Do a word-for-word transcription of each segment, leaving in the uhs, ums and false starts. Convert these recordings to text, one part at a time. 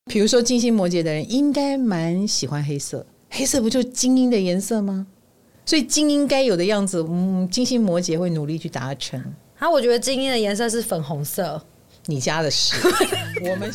比如说金星摩羯的人应该蛮喜欢黑色，黑色不就精英的颜色吗？所以精英该有的样子，嗯，金星摩羯会努力去达成。 啊，我觉得精英的颜色是粉红色。 你家的事，我们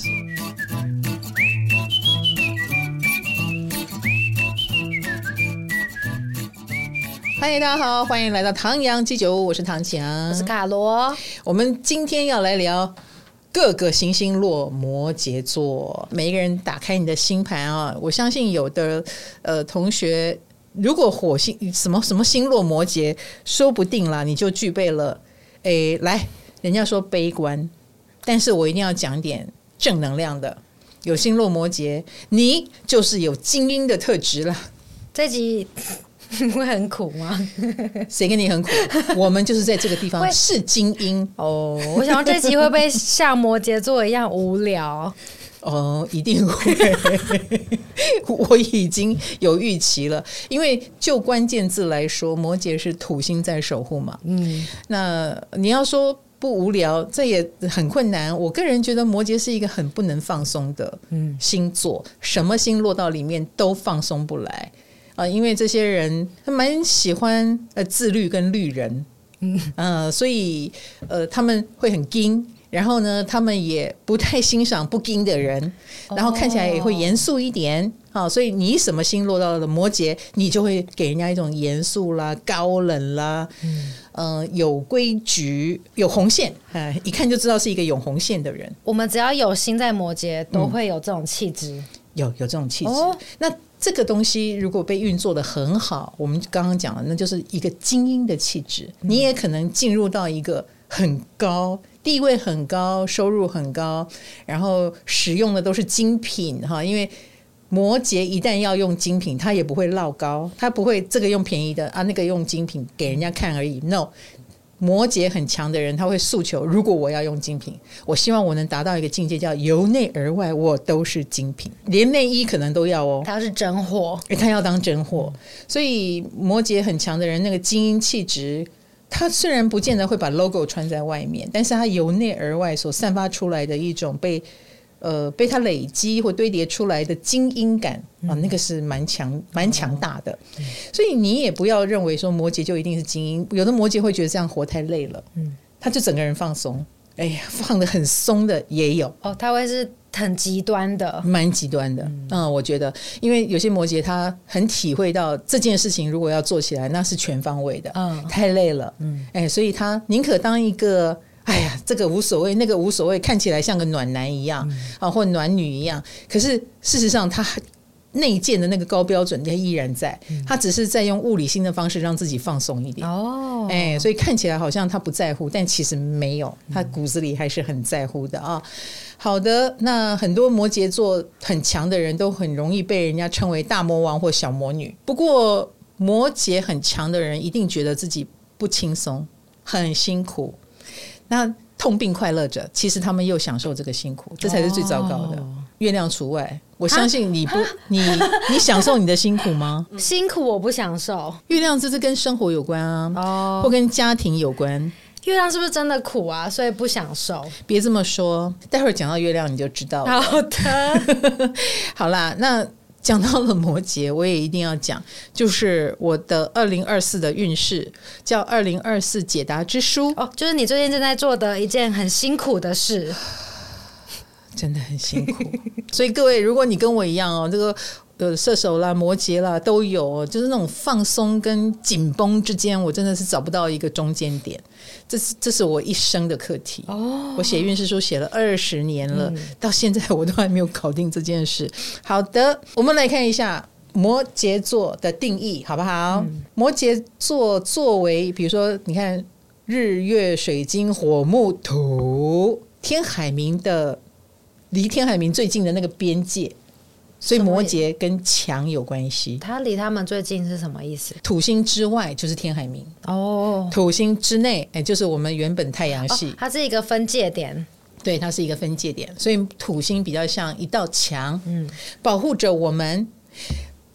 嗨，大家好，欢迎来到唐阳鸡酒屋，我是唐强， 我是卡罗。 我们今天要来聊各个行星落摩羯座，每一个人打开你的星盘啊，我相信有的呃同学，如果火星什么什么星落摩羯，说不定啦，你就具备了。诶，来，人家说悲观，但是我一定要讲点正能量的。有星落摩羯，你就是有精英的特质了。 这集会很苦吗？ 谁跟你很苦？我们就是在这个地方是精英哦。我想这集会不会像摩羯座一样无聊？ 哦，一定会。我已经有预期了，因为就关键字来说，摩羯是土星在守护嘛。嗯，那你要说不无聊，这也很困难。我个人觉得摩羯是一个很不能放松的星座，嗯、什么星落到里面都放松不来啊、呃，因为这些人他蛮喜欢呃自律跟律人，嗯、呃，所以呃他们会很硬。然后呢，他们也不太欣赏不硬的人，然后看起来也会严肃一点、哦、所以你什么星落到了摩羯，你就会给人家一种严肃啦、高冷啦、嗯呃、有规矩、有红线、呃、一看就知道是一个有红线的人。 我们只要有心在摩羯，都会有这种气质、嗯、 有有这种气质、哦、那这个东西如果被运作的很好，我们刚刚讲了，那就是一个精英的气质、嗯、你也可能进入到一个很高地位很高，收入很高，然后使用的都是精品哈。因为摩羯一旦要用精品，他也不会落高，他不会这个用便宜的啊，那个用精品给人家看而已。No， 摩羯很强的人，他会诉求：如果我要用精品，我希望我能达到一个境界，叫由内而外我都是精品，连内衣可能都要哦。 他要是真货， 他要当真货。所以摩羯很强的人，那个精英气质。他虽然不见得会把 logo 穿在外面，但是他由内而外所散发出来的一种被呃被他累积或堆叠出来的精英感、嗯、啊，那个是蛮强蛮强大的、嗯。所以你也不要认为说摩羯就一定是精英，有的摩羯会觉得这样活太累了，嗯，他就整个人放松，哎呀，放得很松的也有哦，他会是很极端的， 蛮极端的。 嗯, 嗯，我觉得因为有些摩羯他很体会到这件事情如果要做起来那是全方位的、嗯、太累了、嗯哎、所以他宁可当一个哎呀这个无所谓那个无所谓，看起来像个暖男一样、嗯啊、或暖女一样，可是事实上他内建的那个高标准它依然在、嗯、他只是在用物理性的方式让自己放松一点、哦哎、所以看起来好像他不在乎，但其实没有，他骨子里还是很在乎的啊。好的，那很多摩羯座很强的人都很容易被人家称为大魔王或小魔女，不过摩羯很强的人一定觉得自己不轻松，很辛苦，那痛并快乐着，其实他们又享受这个辛苦，这才是最糟糕的、哦、月亮除外。我相信你不你你享受你的辛苦吗？ 辛苦我不享受，月亮这是跟生活有关啊、哦、或跟家庭有关。 月亮是不是真的苦啊？所以不享受？ 别这么说，待会儿讲到月亮你就知道了。 好的。 好啦，那讲到了摩羯，我也一定要讲，就是我的二零二四的运势，叫二零二四解答之书。 哦，就是你最近正在做的一件很辛苦的事。 真的很辛苦。所以各位，如果你跟我一样哦，这个呃射手啦、摩羯啦都有，就是那种放松跟紧绷之间，我真的是找不到一个中间点。这是这是我一生的课题。哦，我写运势书写了二十年了、嗯，到现在我都还没有搞定这件事。好的，我们来看一下摩羯座的定义，好不好？嗯、摩羯座作为，比如说，你看日月水金火木土，天海冥的。离天海冥最近的那个边界，所以摩羯跟强有关系。 它离他们最近是什么意思？ 土星之外就是天海冥哦，土星之内、哎、就是我们原本太阳系、哦、 它是一个分界点。 对，它是一个分界点，所以土星比较像一道墙、嗯、保护着我们。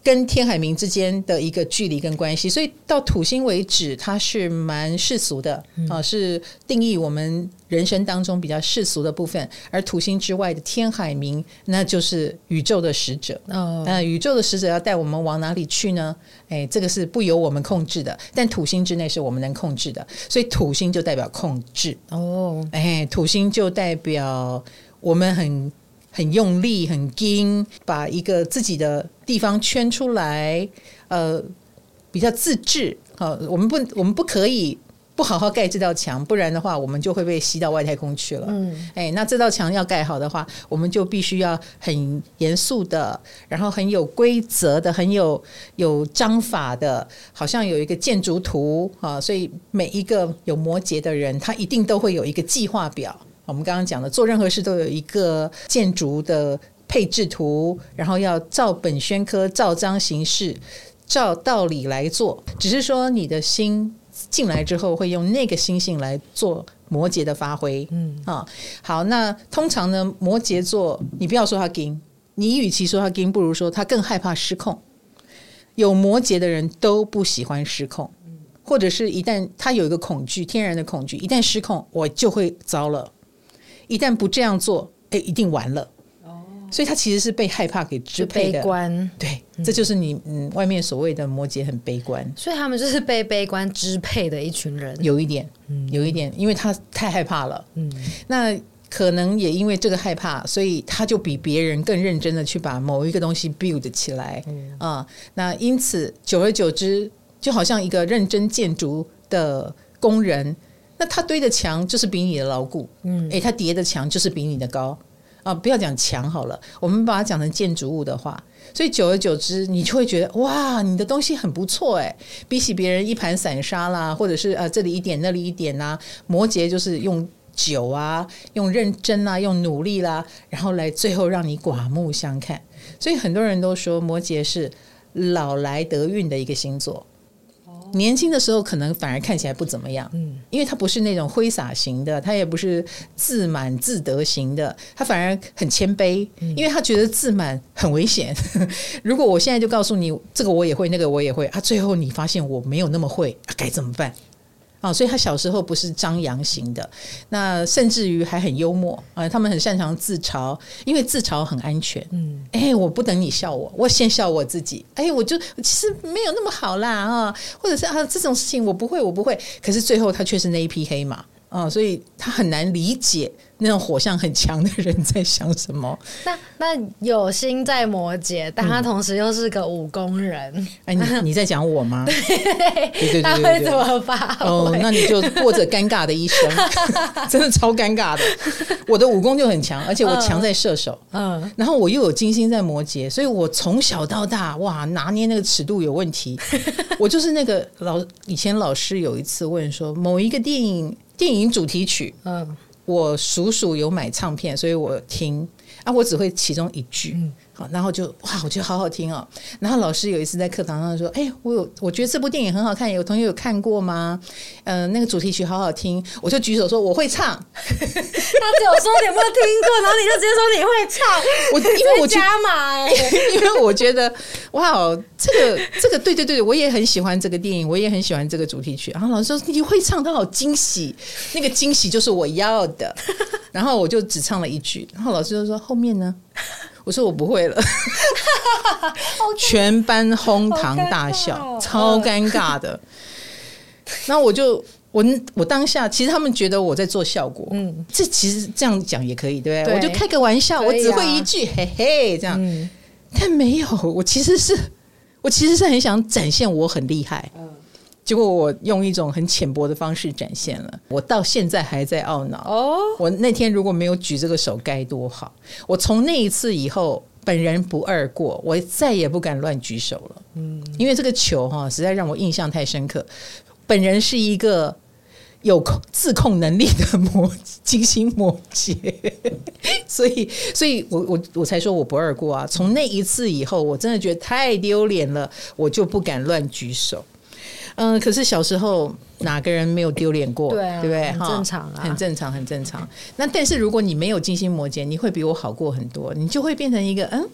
跟天海冥之间的一个距离跟关系，所以到土星为止它是蛮世俗的、嗯啊、是定义我们人生当中比较世俗的部分，而土星之外的天海冥那就是宇宙的使者、哦呃、宇宙的使者要带我们往哪里去呢？哎，这个是不由我们控制的，但土星之内是我们能控制的，所以土星就代表控制哦，哎，土星就代表我们很很用力很硬，把一个自己的地方圈出来，呃，比较自制、呃、我们不我们不可以不好好盖这道墙，不然的话我们就会被吸到外太空去了、嗯哎、那这道墙要盖好的话，我们就必须要很严肃的，然后很有规则的，很有有章法的，好像有一个建筑图、啊、所以每一个有摩羯的人他一定都会有一个计划表，我们刚刚讲的做任何事都有一个建筑的配置图，然后要照本宣科照章行事照道理来做，只是说你的心进来之后会用那个心性来做摩羯的发挥、嗯啊、好，那通常呢摩羯座你不要说他硬，你与其说他硬不如说他更害怕失控，有摩羯的人都不喜欢失控，或者是一旦他有一个恐惧，天然的恐惧，一旦失控我就会糟了，一旦不这样做哎，一定完了、哦、所以他其实是被害怕给支配的， 悲观， 对、嗯、这就是你、嗯、外面所谓的摩羯很悲观， 所以他们就是被悲观支配的一群人， 有一点、嗯、有一点，因为他太害怕了、嗯、那可能也因为这个害怕，所以他就比别人更认真的去把某一个东西 build 起来、嗯啊、那因此久而久之就好像一个认真建筑的工人，那他堆的墙就是比你的牢固，嗯，哎，他叠的墙就是比你的高啊！不要讲墙好了，我们把它讲成建筑物的话，所以久而久之，你就会觉得哇，你的东西很不错哎，比起别人一盘散沙啦，或者是啊这里一点那里一点啦，摩羯就是用久啊，用认真啊，用努力啦，然后来最后让你刮目相看。所以很多人都说摩羯是老来得运的一个星座。年轻的时候可能反而看起来不怎么样、嗯、因为他不是那种挥洒型的，他也不是自满自得型的，他反而很谦卑、嗯、因为他觉得自满很危险如果我现在就告诉你这个我也会那个我也会啊，最后你发现我没有那么会、啊、该怎么办啊、所以他小时候不是张扬型的，那甚至于还很幽默、啊、他们很擅长自嘲，因为自嘲很安全。嗯，哎，我不等你笑我，我先笑我自己。哎，我就其实没有那么好啦啊，或者是啊这种事情我不会，我不会。可是最后他却是那一匹黑马啊，所以他很难理解那种火象很强的人在想什么。 那那有心在摩羯，但他同时又是个武功人。嗯、 哎，你你在讲我吗？对对对对对， 他会怎么发挥？ 哦，那你就过着尴尬的一生，真的超尴尬的。我的武功就很强，而且我强在射手，嗯，然后我又有金星在摩羯，所以我从小到大哇拿捏那个尺度有问题。我就是那个老以前老师有一次问说，某一个电影电影主题曲，嗯。我叔叔有买唱片，所以我听啊，我只会其中一句，嗯、好，然后就哇，我觉得好好听哦。然后老师有一次在课堂上说：“哎，我有，我觉得这部电影很好看，有同学有看过吗？呃，那个主题曲好好听。”我就举手说我会唱。他只有说你有没有听过，然后你就直接说你会唱。 我因为我加码哎、 欸，因为我觉得哇，这个这个对对对，我也很喜欢这个电影，我也很喜欢这个主题曲。然后老师说你会唱，他好惊喜，那个惊喜就是我要的。然后我就只唱了一句，然后老师就说后面呢？我说我不会了。全班哄堂大笑，哦、超尴尬的。然后我就我我当下其实他们觉得我在做效果，嗯，这其实这样讲也可以，对不对？对，我就开个玩笑，啊、我只会一句嘿嘿这样，嗯、但没有，我其实是我其实是很想展现我很厉害。嗯，结果我用一种很浅薄的方式展现了，我到现在还在懊恼。哦，我那天如果没有举这个手该多好！我从那一次以后，本人不二过，我再也不敢乱举手了。嗯，因为这个球哈，实在让我印象太深刻。本人是一个有自控能力的摩金星摩羯，所以，所以我我我才说我不二过啊！从那一次以后，我真的觉得太丢脸了，我就不敢乱举手。嗯，可是小时候哪个人没有丢脸过？对、啊、对不对？ 很正常啊， 很正常，很正常。那但是如果你没有金星摩羯，你会比我好过很多，你就会变成一个嗯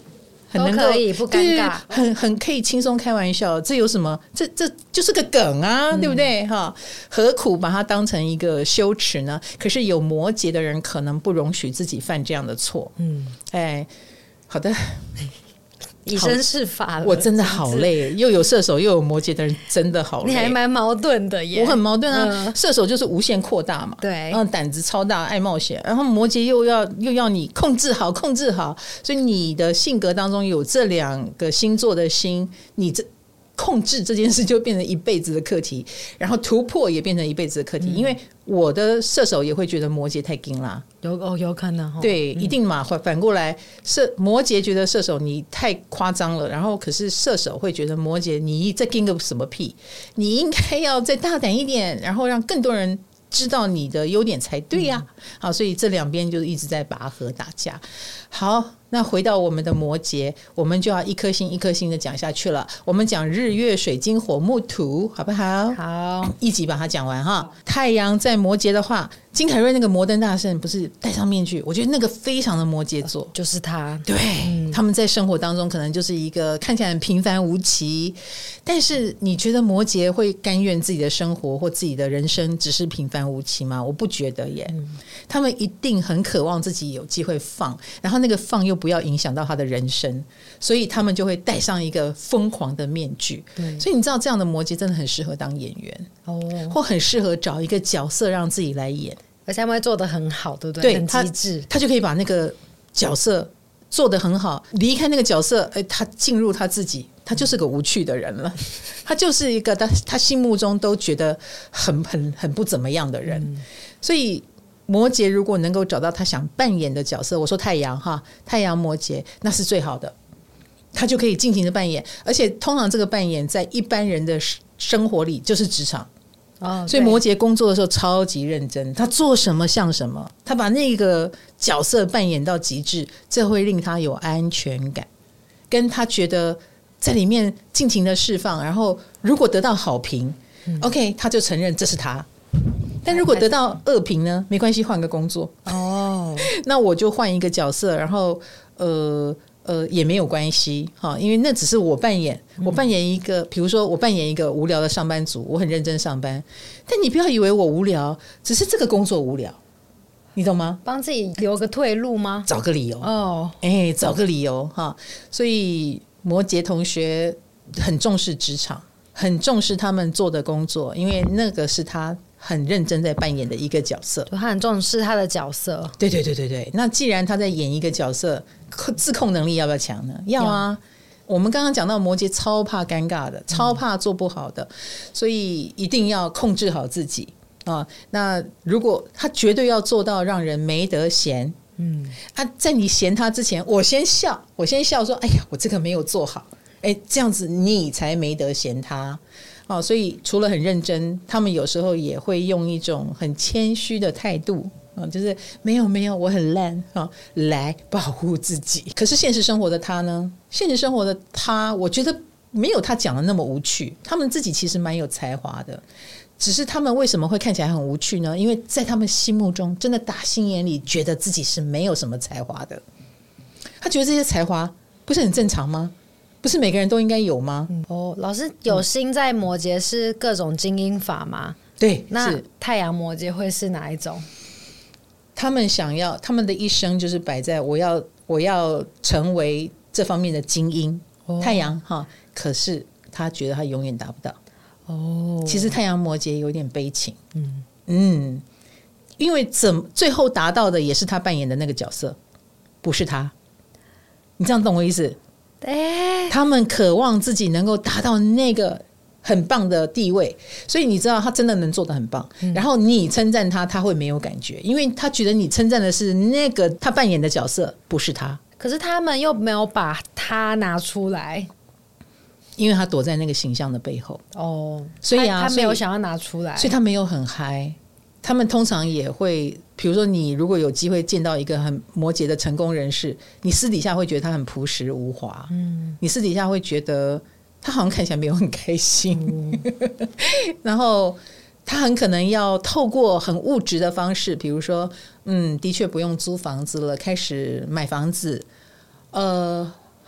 很能够都可以不尴尬， 很很可以轻松开玩笑，这有什么？这这就是个梗啊，嗯、对不对？哈，何苦把它当成一个羞耻呢？可是有摩羯的人可能不容许自己犯这样的错。嗯，哎，好的。 以身试法了， 我真的好累，又有射手又有摩羯的人，真的好累。 你还蛮矛盾的耶。 我很矛盾啊，嗯、射手就是无限扩大嘛， 对， 然后胆子超大，爱冒险，然后摩羯又要又要你控制好，控制好，所以你的性格当中有这两个星座的星，你这。控制这件事就变成一辈子的课题，然后突破也变成一辈子的课题。嗯、因为我的射手也会觉得摩羯太硬啦， 有哦，有可能、哦、 对，一定嘛。反过来，射摩羯觉得射手你太夸张了，然后可是射手会觉得摩羯你在硬个什么屁，你应该要再大胆一点，然后让更多人知道你的优点才对呀、啊。嗯、好，所以这两边就一直在拔河打架。好。那回到我们的摩羯，我们就要一颗星一颗星的讲下去了。我们讲日月水金火木土，好不好？ 好， 一集把它讲完哈。太阳在摩羯的话，金凯瑞那个摩登大圣不是戴上面具，我觉得那个非常的摩羯座， 就是他。 对、嗯，他们在生活当中可能就是一个看起来很平凡无奇，但是你觉得摩羯会甘愿自己的生活或自己的人生只是平凡无奇吗？我不觉得耶。嗯、他们一定很渴望自己有机会放，然后那个放又不要影响到他的人生，所以他们就会戴上一个疯狂的面具。所以你知道这样的摩羯真的很适合当演员、哦、或很适合找一个角色让自己来演， 而且他们会做得很好，对不对？对，很机智， 他就可以把那个角色做得很好，离开那个角色，哎，他进入他自己，他就是个无趣的人了，他就是一个他他心目中都觉得很很很不怎么样的人、嗯、所以摩羯如果能够找到他想扮演的角色，我说太阳哈，太阳摩羯那是最好的，他就可以尽情的扮演，而且通常这个扮演在一般人的生活里就是职场、哦、所以摩羯工作的时候超级认真，他做什么像什么，他把那个角色扮演到极致，这会令他有安全感，跟他觉得在里面尽情的释放，然后如果得到好评、嗯、OK 他就承认这是他，但如果得到恶评呢，没关系，换个工作哦，那我就换一个角色，然后呃呃也没有关系哈，因为那只是我扮演，我扮演一个，比如说我扮演一个无聊的上班族，我很认真上班，但你不要以为我无聊，只是这个工作无聊，你懂吗？ 帮自己留个退路吗？ 找个理由哦，哎，找个理由哈，所以摩羯同学很重视职场，很重视他们做的工作，因为那个是他很认真在扮演的一个角色， 他很重视他的角色。 对对对对对，那既然他在演一个角色，自控能力要不要强呢？要啊。我们刚刚讲到摩羯超怕尴尬的，超怕做不好的，所以一定要控制好自己啊。那如果他绝对要做到让人没得嫌，嗯啊，在你嫌他之前，我先笑，我先笑说，哎呀，我这个没有做好，哎，这样子你才没得嫌他。哦，所以除了很认真，他们有时候也会用一种很谦虚的态度、哦、就是没有没有我很烂、哦、来保护自己。可是现实生活的他呢，现实生活的他我觉得没有他讲的那么无趣，他们自己其实蛮有才华的，只是他们为什么会看起来很无趣呢？因为在他们心目中真的打心眼里觉得自己是没有什么才华的，他觉得这些才华不是很正常吗？不是每个人都应该有吗？ 嗯、哦，老师有心在摩羯是各种精英法吗？ 对， 那太阳摩羯会是哪一种？ 他们想要，他们的一生就是摆在我要我要成为这方面的精英。哦、太阳哈，可是他觉得他永远达不到。哦，其实太阳摩羯有点悲情。嗯嗯，因为怎最后达到的也是他扮演的那个角色，不是他。你这样懂我意思？他们渴望自己能够达到那个很棒的地位，所以你知道他真的能做得很棒、嗯、然后你称赞他，他会没有感觉，因为他觉得你称赞的是那个他扮演的角色，不是他。 可是他们又没有把他拿出来， 因为他躲在那个形象的背后哦，所以啊， 他, 他没有想要拿出来， 所以他没有很嗨。他们通常也会，比如说你如果有机会见到一个很摩羯的成功人士，你私底下会觉得他很朴实无华、嗯、你私底下会觉得他好像看起来没有很开心、嗯、然后他很可能要透过很物质的方式，比如说嗯，的确不用租房子了，开始买房子，呃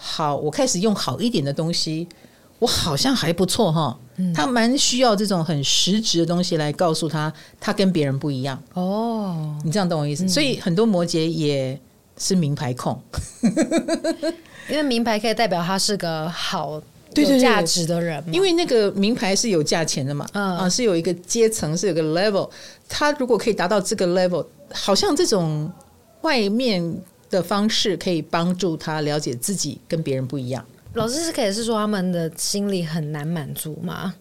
好，我开始用好一点的东西，我好像还不错哈。嗯、他蛮需要这种很实质的东西来告诉他，他跟别人不一样。哦，你这样懂我意思？嗯、所以很多摩羯也是名牌控， 因为名牌可以代表他是个好。 对对对， 有价值的人嘛， 因为那个名牌是有价钱的嘛，嗯、啊，是有一个阶层，是有个 level。他如果可以达到这个 level， 好像这种外面的方式可以帮助他了解自己跟别人不一样。 老师是可以是说他们的心理很难满足吗？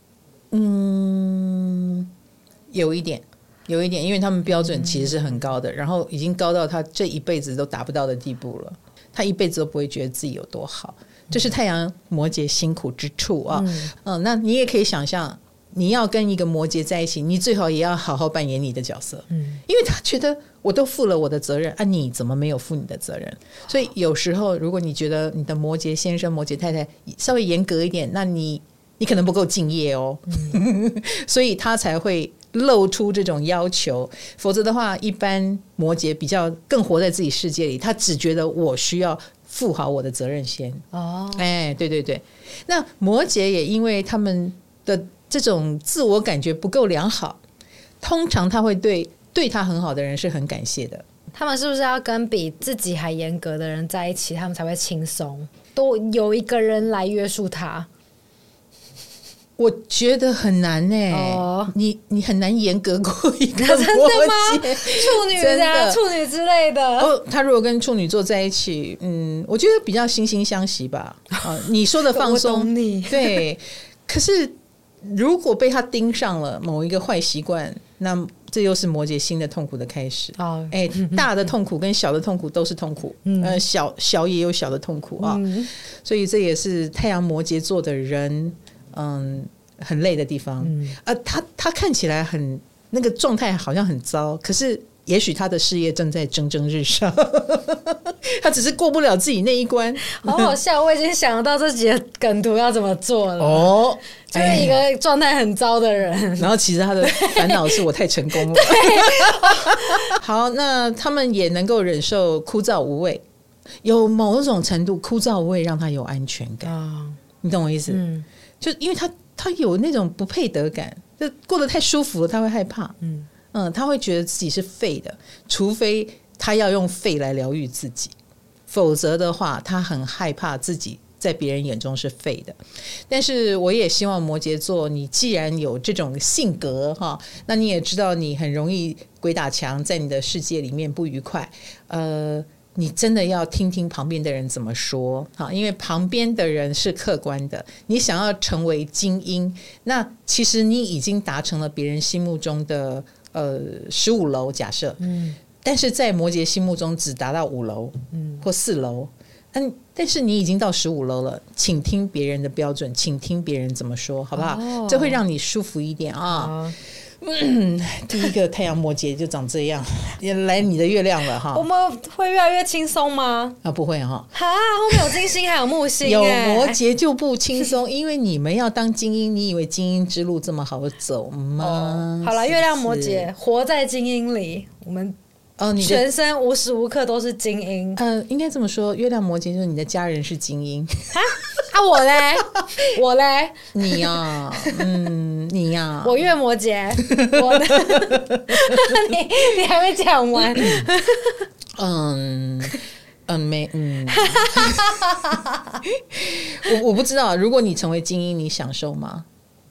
嗯，有一点，有一点，因为他们标准其实是很高的，嗯、然后已经高到他这一辈子都达不到的地步了。他一辈子都不会觉得自己有多好。这是太阳摩羯辛苦之处啊！嗯、呃，那你也可以想象，你要跟一个摩羯在一起，你最好也要好好扮演你的角色，嗯，因为他觉得我都负了我的责任啊，你怎么没有负你的责任？所以有时候，如果你觉得你的摩羯先生、摩羯太太稍微严格一点，那你你可能不够敬业哦，嗯、所以他才会露出这种要求。否则的话，一般摩羯比较更活在自己世界里，他只觉得我需要负好我的责任先。哦，哎，对对对，那摩羯也因为他们的这种自我感觉不够良好，通常他会对对他很好的人是很感谢的。 他们是不是要跟比自己还严格的人在一起，他们才会轻松？都有一个人来约束他。 我觉得很难呢、欸，oh. 你你很难严格过一个摩羯。 真的吗？处女啊，处女之类的。 哦，他如果跟处女座在一起，嗯，我觉得比较惺惺相惜吧。啊，你说的放松， 我懂你。 对，可是如果被他盯上了某一个坏习惯，那这又是摩羯新的痛苦的开始。哦，哎，大的痛苦跟小的痛苦都是痛苦，嗯、呃，小小也有小的痛苦啊。嗯、所以这也是太阳摩羯座的人。嗯，很累的地方。嗯，呃，他他看起来很那个状态好像很糟，可是也许他的事业正在蒸蒸日上，他只是过不了自己那一关。 好好笑，我已经想到这几个梗图要怎么做了。哦，就是一个状态很糟的人， 然后其实他的烦恼是我太成功了。好，那他们也能够忍受枯燥无味，有某种程度枯燥无味让他有安全感。哦，你懂我意思？嗯。就因为他他有那种不配得感，就过得太舒服了，他会害怕，嗯嗯，他会觉得自己是废的，除非他要用废来疗愈自己，否则的话，他很害怕自己在别人眼中是废的。但是我也希望摩羯座，你既然有这种性格哈，那你也知道你很容易鬼打墙，在你的世界里面不愉快，呃。你真的要听听旁边的人怎么说，因为旁边的人是客观的。你想要成为精英，那其实你已经达成了别人心目中的呃十五楼假设，嗯，但是在摩羯心目中只达到五楼，嗯，或四楼，嗯，但是你已经到十五楼了，请听别人的标准，请听别人怎么说，好不好？哦，这会让你舒服一点啊。嗯，第一个太阳摩羯就长这样，也来你的月亮了哈。 我们会越来越轻松吗？ 啊，不会哈。 哈，后面有金星还有木星， 有摩羯就不轻松，因为你们要当精英，你以为精英之路这么好走吗？ 哦，好了，月亮摩羯活在精英里，我们哦，你全身无时无刻都是精英。 呃，应该这么说，月亮摩羯就是你的家人是精英。 哈啊，我嘞，我嘞， 你呀、啊，嗯，你呀、啊， 我月摩羯，我的，你你还没讲完。 嗯嗯，没嗯，我我不知道，如果你成为精英，你享受吗？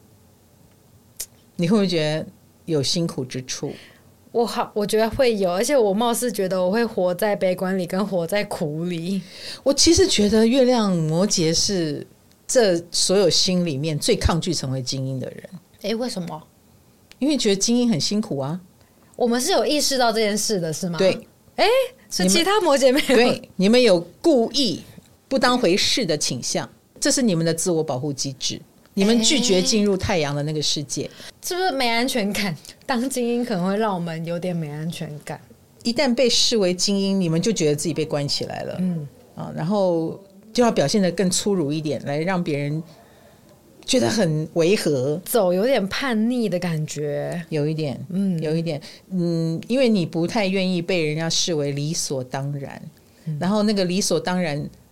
你会不会觉得有辛苦之处？ 我好，我觉得会有，而且我貌似觉得我会活在悲观里，跟活在苦里。 我其实觉得月亮摩羯是这所有星里面最抗拒成为精英的人。 诶，为什么？ 因为觉得精英很辛苦啊。 我们是有意识到这件事的，是吗？ 对。 诶，是其他摩羯没有？ 对，你们有故意不当回事的倾向，这是你们的自我保护机制。你们拒绝进入太阳的那个世界， 是不是没安全感？当精英可能会让我们有点没安全感。 一旦被视为精英，你们就觉得自己被关起来了，嗯啊，然后就要表现得更粗鲁一点，来让别人觉得很违和， 走有点叛逆的感觉， 有一点，嗯，有一点，嗯，因为你不太愿意被人家视为理所当然，嗯、然后那个理所当然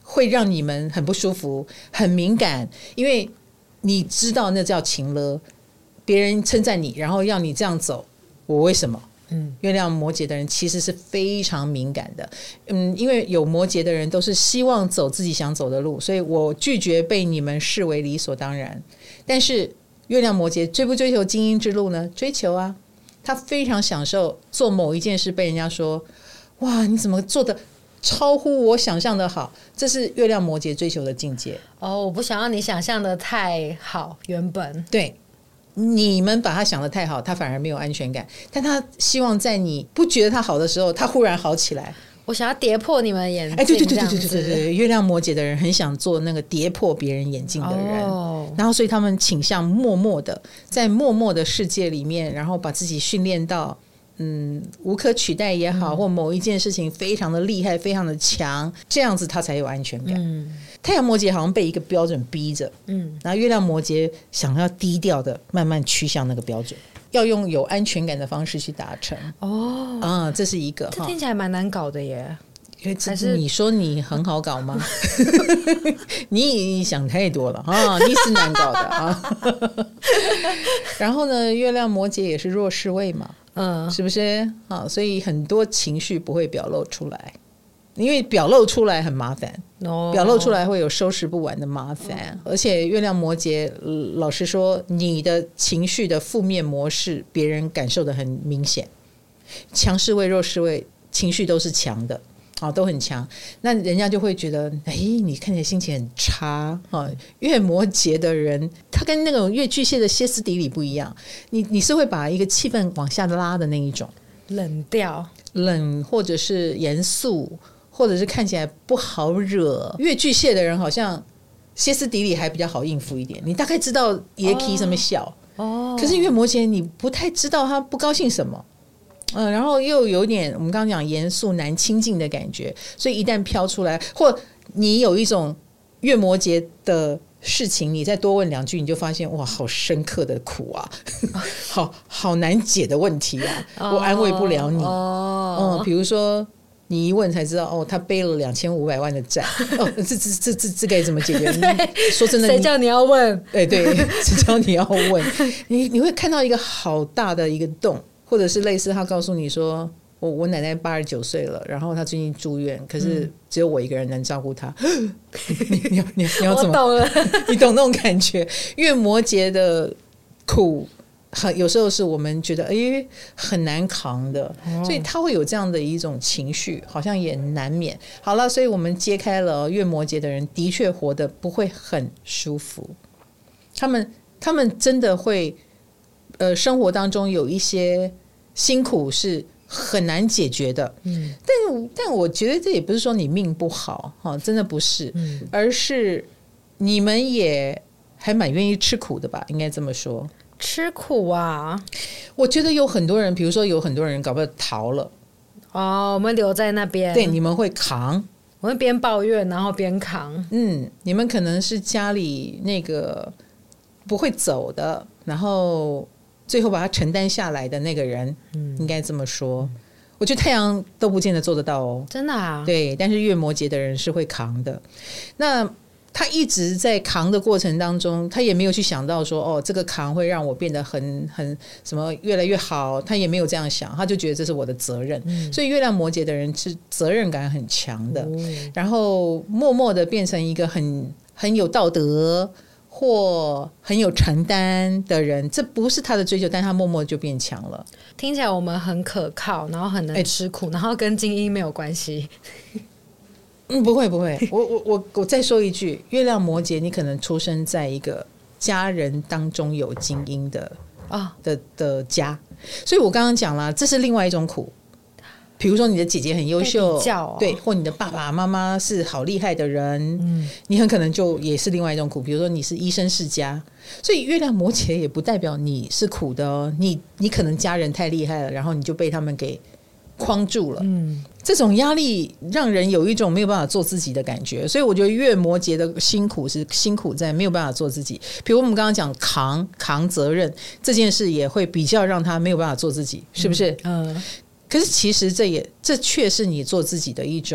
会让你们很不舒服很敏感，因为你知道那叫情勒，别人称赞你然后要你这样走，我为什么？嗯，月亮摩羯的人其实是非常敏感的，嗯，因为有摩羯的人都是希望走自己想走的路，所以我拒绝被你们视为理所当然。但是月亮摩羯追不追求精英之路呢？追求啊，他非常享受做某一件事被人家说哇你怎么做的超乎我想象的好，这是月亮摩羯追求的境界。 哦，我不想要你想象的太好，原本对，你们把他想得太好，他反而没有安全感，但他希望在你不觉得他好的时候他忽然好起来。 我想要跌破你们眼镜， 哎，对对对对对对对对，月亮摩羯的人很想做那个跌破别人眼镜的人，哦，然后所以他们倾向默默的在默默的世界里面，然后把自己训练到嗯无可取代也好，嗯，或某一件事情非常的厉害非常的强，这样子他才有安全感。嗯，太阳摩羯好像被一个标准逼着，嗯，然后月亮摩羯想要低调的慢慢趋向那个标准，要用有安全感的方式去达成。哦，啊，这是一个， 这听起来蛮难搞的耶。 还是你说你很好搞吗？你想太多了啊，你是难搞的啊。然后呢，月亮摩羯也是弱势位嘛，嗯，是不是啊？所以很多情绪不会表露出来，因为表露出来很麻烦，哦，表露出来会有收拾不完的麻烦。而且月亮摩羯，老实说，你的情绪的负面模式，别人感受的很明显。强势位、弱势位，情绪都是强的。哦，都很强，那人家就会觉得哎，你看起来心情很差，哦，月摩羯的人他跟那种月巨蟹的歇斯底里不一样，你你是会把一个气氛往下拉的那一种， 冷调冷或者是严肃或者是看起来不好惹。月巨蟹的人好像歇斯底里还比较好应付一点，你大概知道也可以什么笑，哦，可是月摩羯你不太知道他不高兴什么，嗯，然后又有点我们刚刚讲严肃难亲近的感觉，所以一旦飘出来，或你有一种月摩羯的事情，你再多问两句，你就发现哇，好深刻的苦啊，好好难解的问题啊，我安慰不了你。哦，嗯，比如说你一问才知道，哦，他背了两千五百万的债，哦，这这这这这该怎么解决？说真的， 谁叫你要问？ 哎，对，谁叫你要问？你你会看到一个好大的一个洞。或者是类似他告诉你说我我奶奶八十九岁了，然后她最近住院，可是只有我一个人能照顾她。嗯、你你你你要怎么？我懂了，你懂那种感觉。月摩羯的苦，有时候是我们觉得哎很难扛的，哦，所以他会有这样的一种情绪，好像也难免。好了，所以我们揭开了月摩羯的人的确活得不会很舒服，他们他们真的会。呃，生活当中有一些辛苦是很难解决的，嗯，但但我觉得这也不是说你命不好，哦，真的不是，嗯，而是你们也还蛮愿意吃苦的吧，应该这么说。 吃苦啊， 我觉得有很多人，比如说有很多人搞不好逃了， 哦，我们留在那边， 对，你们会扛， 我们边抱怨然后边扛， 嗯，你们可能是家里那个不会走的，然后最后把它承担下来的那个人，嗯，应该这么说。我觉得太阳都不见得做得到哦， 真的啊？ 对，但是月摩羯的人是会扛的。那他一直在扛的过程当中，他也没有去想到说，哦，这个扛会让我变得很很什么越来越好，他也没有这样想，他就觉得这是我的责任。嗯，所以月亮摩羯的人是责任感很强的，嗯，然后默默的变成一个很很有道德。或很有承担的人，这不是他的追求，但他默默就变强了。 听起来我们很可靠，然后很能吃苦，欸，然后跟精英没有关系。 嗯，不会不会，我我我我再说一句，月亮摩羯，你可能出生在一个家人当中有精英的啊的的家，所以我刚刚讲了，这是另外一种苦。比如说你的姐姐很优秀，哦，对，或你的爸爸妈妈是好厉害的人，嗯，你很可能就也是另外一种苦。比如说你是医生世家，所以月亮摩羯也不代表你是苦的哦。你你可能家人太厉害了，然后你就被他们给框住了，嗯，这种压力让人有一种没有办法做自己的感觉。所以我觉得月摩羯的辛苦是辛苦在没有办法做自己。比如我们刚刚讲扛扛责任这件事，也会比较让他没有办法做自己，是不是？嗯。嗯，可是其实这也这却是你做自己的一种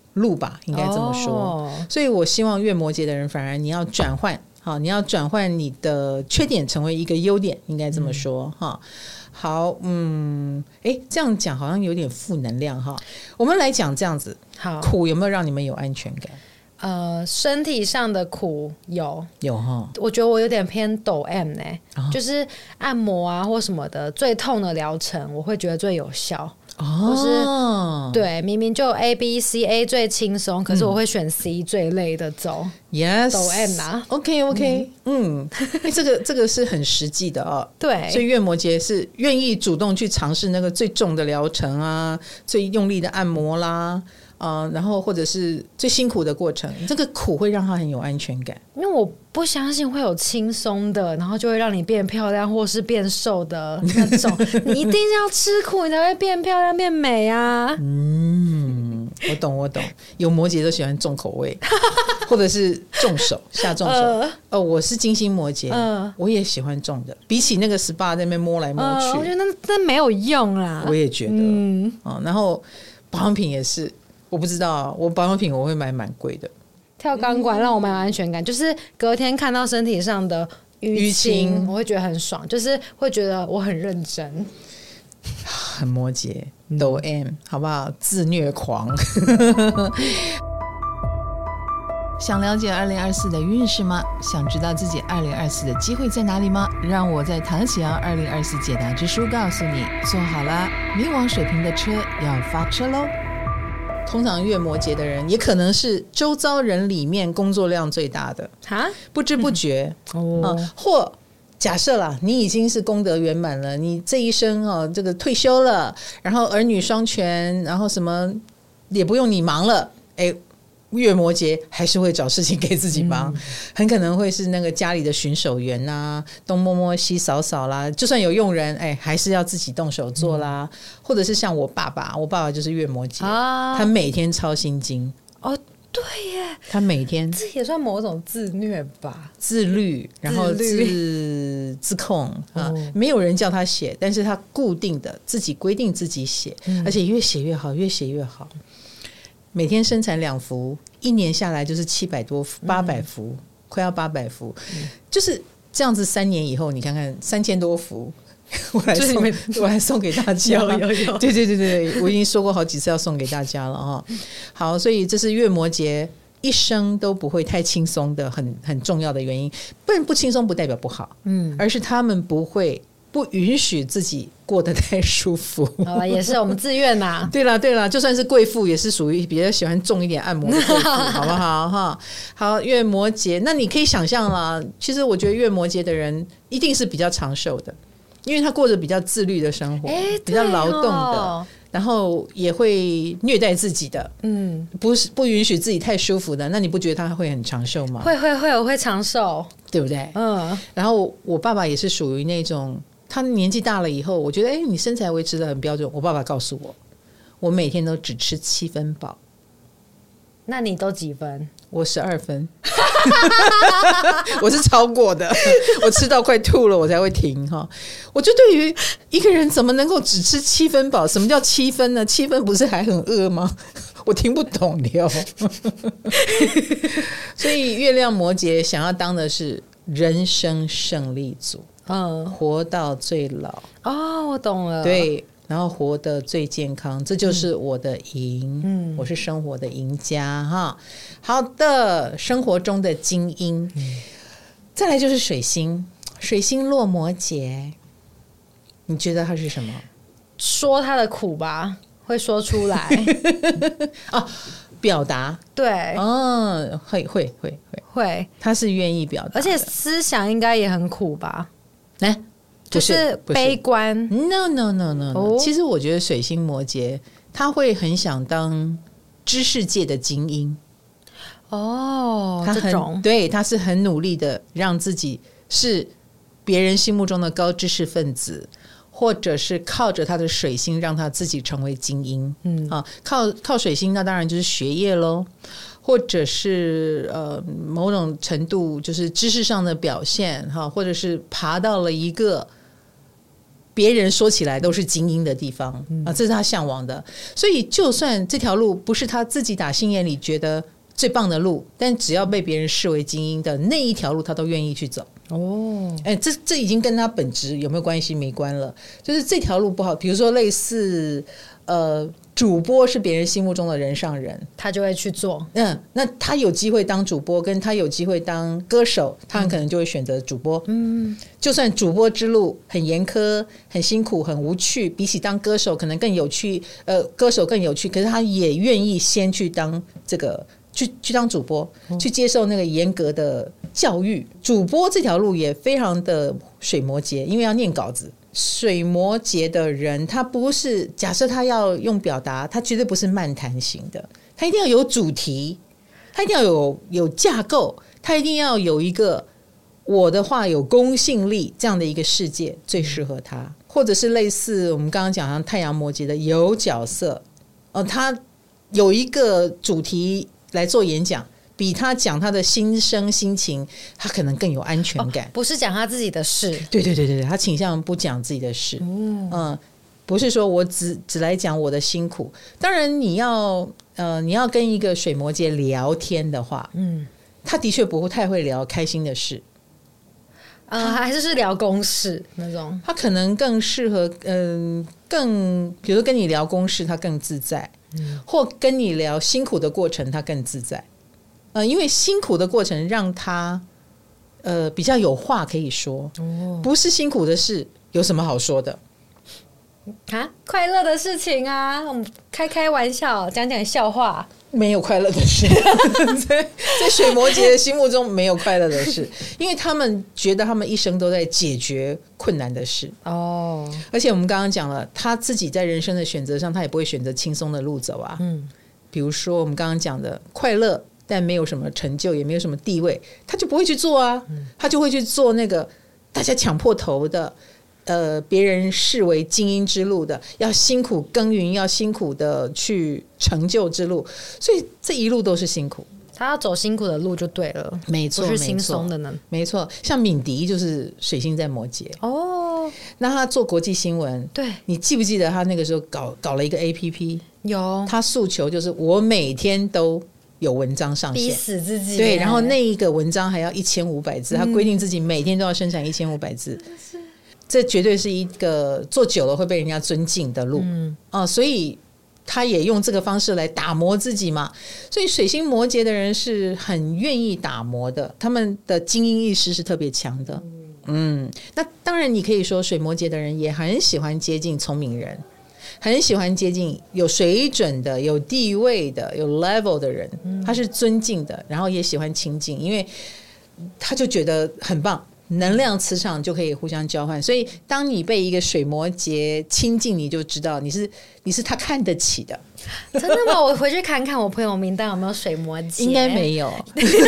路吧，应该这么说。哦、所以我希望月摩羯的人反而你要转换，好，你要转换你的缺点成为一个优点，应该这么说哈。嗯好，嗯，哎，这样讲好像有点负能量哈。我们来讲这样子，好，苦有没有让你们有安全感？ 呃，身体上的苦有有哈， 我觉得我有点偏抖 M 呢、欸哦，就是按摩啊或什么的，最痛的疗程我会觉得最有效。哦，是对，明明就 A B C A 最轻松，可是我会选 C 最累的走。 Yes， 抖 M 啊 ，OK OK， 嗯，嗯这个这个是很实际的哦。 对， 所以月摩羯是愿意主动去尝试那个最重的疗程啊，最用力的按摩啦。呃、然后或者是最辛苦的过程，这个苦会让他很有安全感。 因为我不相信会有轻松的，然后就会让你变漂亮或是变瘦的那种。你一定要吃苦，你才会变漂亮变美啊。 嗯，我懂我懂，有摩羯都喜欢重口味，或者是重手下重手。呃，呃我是金星摩羯，呃，我也喜欢重的，比起那个 S P A 在那边摸来摸去，呃、 我觉得那那没有用啦。 我也觉得，嗯，哦、然后保养品也是。我不知道，我保养品我会买蛮贵的。 跳钢管让我蛮有安全感，就是隔天看到身体上的淤青，我会觉得很爽，就是会觉得我很认真。 很摩羯，抖 M， 好不好？自虐狂。想了解二零二四的运势吗？想知道自己二零二四的机会在哪里吗？让我在唐启阳二零二四解答之书告诉你。坐好了，冥王水瓶的车要发车喽。通常月摩羯的人也可能是周遭人里面工作量最大的，不知不觉、嗯哦、或假设啦，你已经是功德圆满了，你这一生、哦、这个退休了，然后儿女双全，然后什么也不用你忙了，哎，月摩羯还是会找事情给自己忙、嗯、很可能会是那个家里的巡守员啊，东摸摸西扫扫啦，就算有佣人哎，还是要自己动手做啦、嗯、或者是像我爸爸，我爸爸就是月摩羯、啊、他每天抄心经。 哦对耶， 他每天这也算某种自虐吧， 自律，然后自自控、哦啊、没有人叫他写，但是他固定的自己规定自己写、嗯、而且越写越好，越写越好，每天生产两幅，一年下来就是七百多幅，八百幅、嗯，快要八百幅、嗯，就是这样子。三年以后，你看看三千多幅，我来送，我来送给大家。 有有有， 对对对对，我已经说过好几次要送给大家了哈。好，所以这是月摩羯一生都不会太轻松的很很重要的原因。不然不轻松不代表不好，嗯，而是他们不会。不允许自己过得太舒服， 好也是我们自愿呐。 对啦对啦，就算是贵妇也是属于比较喜欢重一点按摩的贵妇，好不好哈？好，月摩羯，那你可以想象啦，其实我觉得月摩羯的人一定是比较长寿的，因为他过着比较自律的生活， 欸、 比较劳动的，然后也会虐待自己的，嗯，不是不允许自己太舒服的，那你不觉得他会很长寿吗？ 会会会，我会长寿， 对不对？嗯。然后我爸爸也是属于那种。他年纪大了以后，我觉得哎，你身材维持得很标准。我爸爸告诉我，我每天都只吃七分饱。 那你都几分？ 我十二分，我是超过的，我吃到快吐了，我才会停哈。我就对于一个人怎么能够只吃七分饱？什么叫七分呢？七分不是还很饿吗？我听不懂的。所以月亮摩羯想要当的是人生胜利组。嗯，活到最老哦，我懂了。 对，然后活得最健康，这就是我的赢。嗯，我是生活的赢家哈。好的，生活中的精英。嗯、再来就是水星，水星落摩羯，你觉得他是什么？ 说他的苦吧，会说出来啊。表达对， 嗯，会会会会会， 他是愿意表达， 而且思想应该也很苦吧？ 哎， 就是悲观。 No no no no，, no、哦、其实我觉得水星摩羯他会很想当知识界的精英。 哦， 他很这种对，他是很努力的让自己是别人心目中的高知识分子。或者是靠着他的水星让他自己成为精英，嗯啊，靠靠水星那当然就是学业咯，或者是呃某种程度就是知识上的表现哈，或者是爬到了一个别人说起来都是精英的地方、嗯、啊，这是他向往的。所以就算这条路不是他自己打心眼里觉得最棒的路，但只要被别人视为精英的那一条路他都愿意去走。哦，哎，这这已经跟他本质有没有关系没关了，就是这条路不好，比如说类似呃主播是别人心目中的人上人， 他就会去做。 嗯，那他有机会当主播跟他有机会当歌手，他很可能就会选择主播。嗯，就算主播之路很严苛很辛苦很无趣，比起当歌手可能更有趣，呃，歌手更有趣，可是他也愿意先去当这个去去当主播，去接受那个严格的教育。主播这条路也非常的水摩羯，因为要念稿子。水摩羯的人他不是，假设他要用表达，他绝对不是漫谈型的，他一定要有主题，他一定要有有架构，他一定要有一个我的话有公信力这样的一个世界最适合他。或者是类似我们刚刚讲的太阳摩羯的有角色、呃、他有一个主题来做演讲，比他讲他的心声心情他可能更有安全感、哦、 不是讲他自己的事。 对对对对，他倾向不讲自己的事、嗯嗯、不是说我 只, 只来讲我的辛苦。当然你要呃你要跟一个水摩羯聊天的话，嗯，他的确不太会聊开心的事， 呃，还是是聊公事那种。 他可能更适合嗯、呃，更比如说跟你聊公事他更自在、嗯、或跟你聊辛苦的过程他更自在。呃，因为辛苦的过程让他呃比较有话可以说、哦、不是辛苦的事有什么好说的啊？快乐的事情啊，我们开开玩笑讲讲笑话， 没有快乐的事在, 在水摩羯的心目中没有快乐的事，因为他们觉得他们一生都在解决困难的事哦。而且我们刚刚讲了，他自己在人生的选择上他也不会选择轻松的路走啊。嗯，比如说我们刚刚讲的快乐但没有什么成就也没有什么地位，他就不会去做啊，他就会去做那个大家抢破头的呃，别人视为精英之路的，要辛苦耕耘要辛苦的去成就之路。所以这一路都是辛苦， 他要走辛苦的路就对了。 没错， 不是轻松的呢。 没错，像敏迪就是水星在摩羯哦，那他做国际新闻， 对， 你记不记得他那个时候 搞, 搞了一个 A P P？ 有， 他诉求就是我每天都有文章上线， 逼死自己。 对，然后那一个文章还要一千五百字，他规定自己每天都要生产一千五百字、嗯，这绝对是一个做久了会被人家尊敬的路、嗯啊、所以他也用这个方式来打磨自己嘛。所以水星摩羯的人是很愿意打磨的，他们的精英意识是特别强的。嗯，那当然你可以说水摩羯的人也很喜欢接近聪明人，很喜欢接近有水准的有地位的有 level 的人，他是尊敬的，然后也喜欢亲近，因为他就觉得很棒，能量磁场就可以互相交换。所以当你被一个水摩羯亲近，你就知道你是你是他看得起的。 真的吗？我回去看看我朋友名单有没有水摩羯。 应该没有没事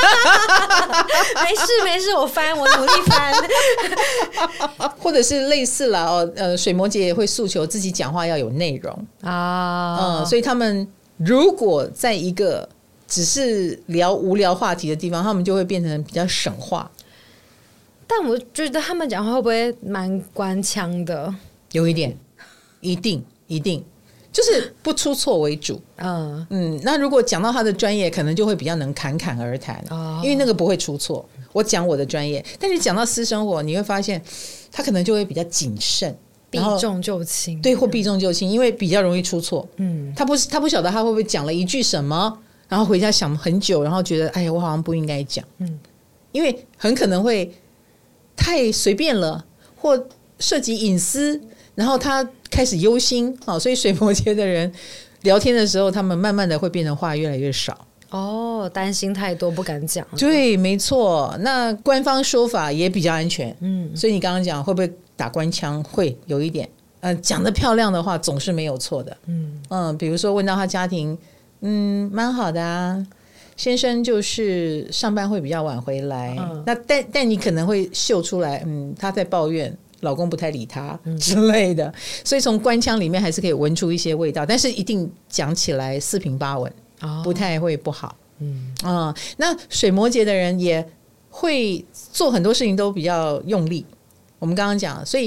没事，我翻，我努力翻或者是类似啦、哦呃、水摩羯也会诉求自己讲话要有内容啊、嗯，所以他们如果在一个只是聊无聊话题的地方，他们就会变成比较省话。 但我觉得他们讲话会不会蛮官腔的？ 有一点，一定一定，就是不出错为主。嗯嗯，那如果讲到他的专业，可能就会比较能侃侃而谈、哦、因为那个不会出错。我讲我的专业，但是讲到私生活，你会发现他可能就会比较谨慎， 避重就轻。 对，或避重就轻，因为比较容易出错。嗯，他不他不晓得他会不会讲了一句什么，然后回家想很久，然后觉得哎呀，我好像不应该讲。嗯，因为很可能会太随便了，或涉及隐私，然后他开始忧心、哦、所以水摩羯的人聊天的时候，他们慢慢的会变成话越来越少。 哦，担心太多不敢讲。 对，没错。那官方说法也比较安全。嗯，所以你刚刚讲会不会打官腔，会有一点。呃，讲得漂亮的话总是没有错的。嗯嗯，比如说问到他家庭，嗯，蛮好的啊。先生就是上班会比较晚回来，嗯、那 但, 但你可能会秀出来，嗯，他在抱怨老公不太理他之类的，嗯、所以从官腔里面还是可以闻出一些味道，但是一定讲起来四平八稳、哦、不太会不好。嗯啊、嗯，那水摩羯的人也会做很多事情都比较用力，我们刚刚讲，所以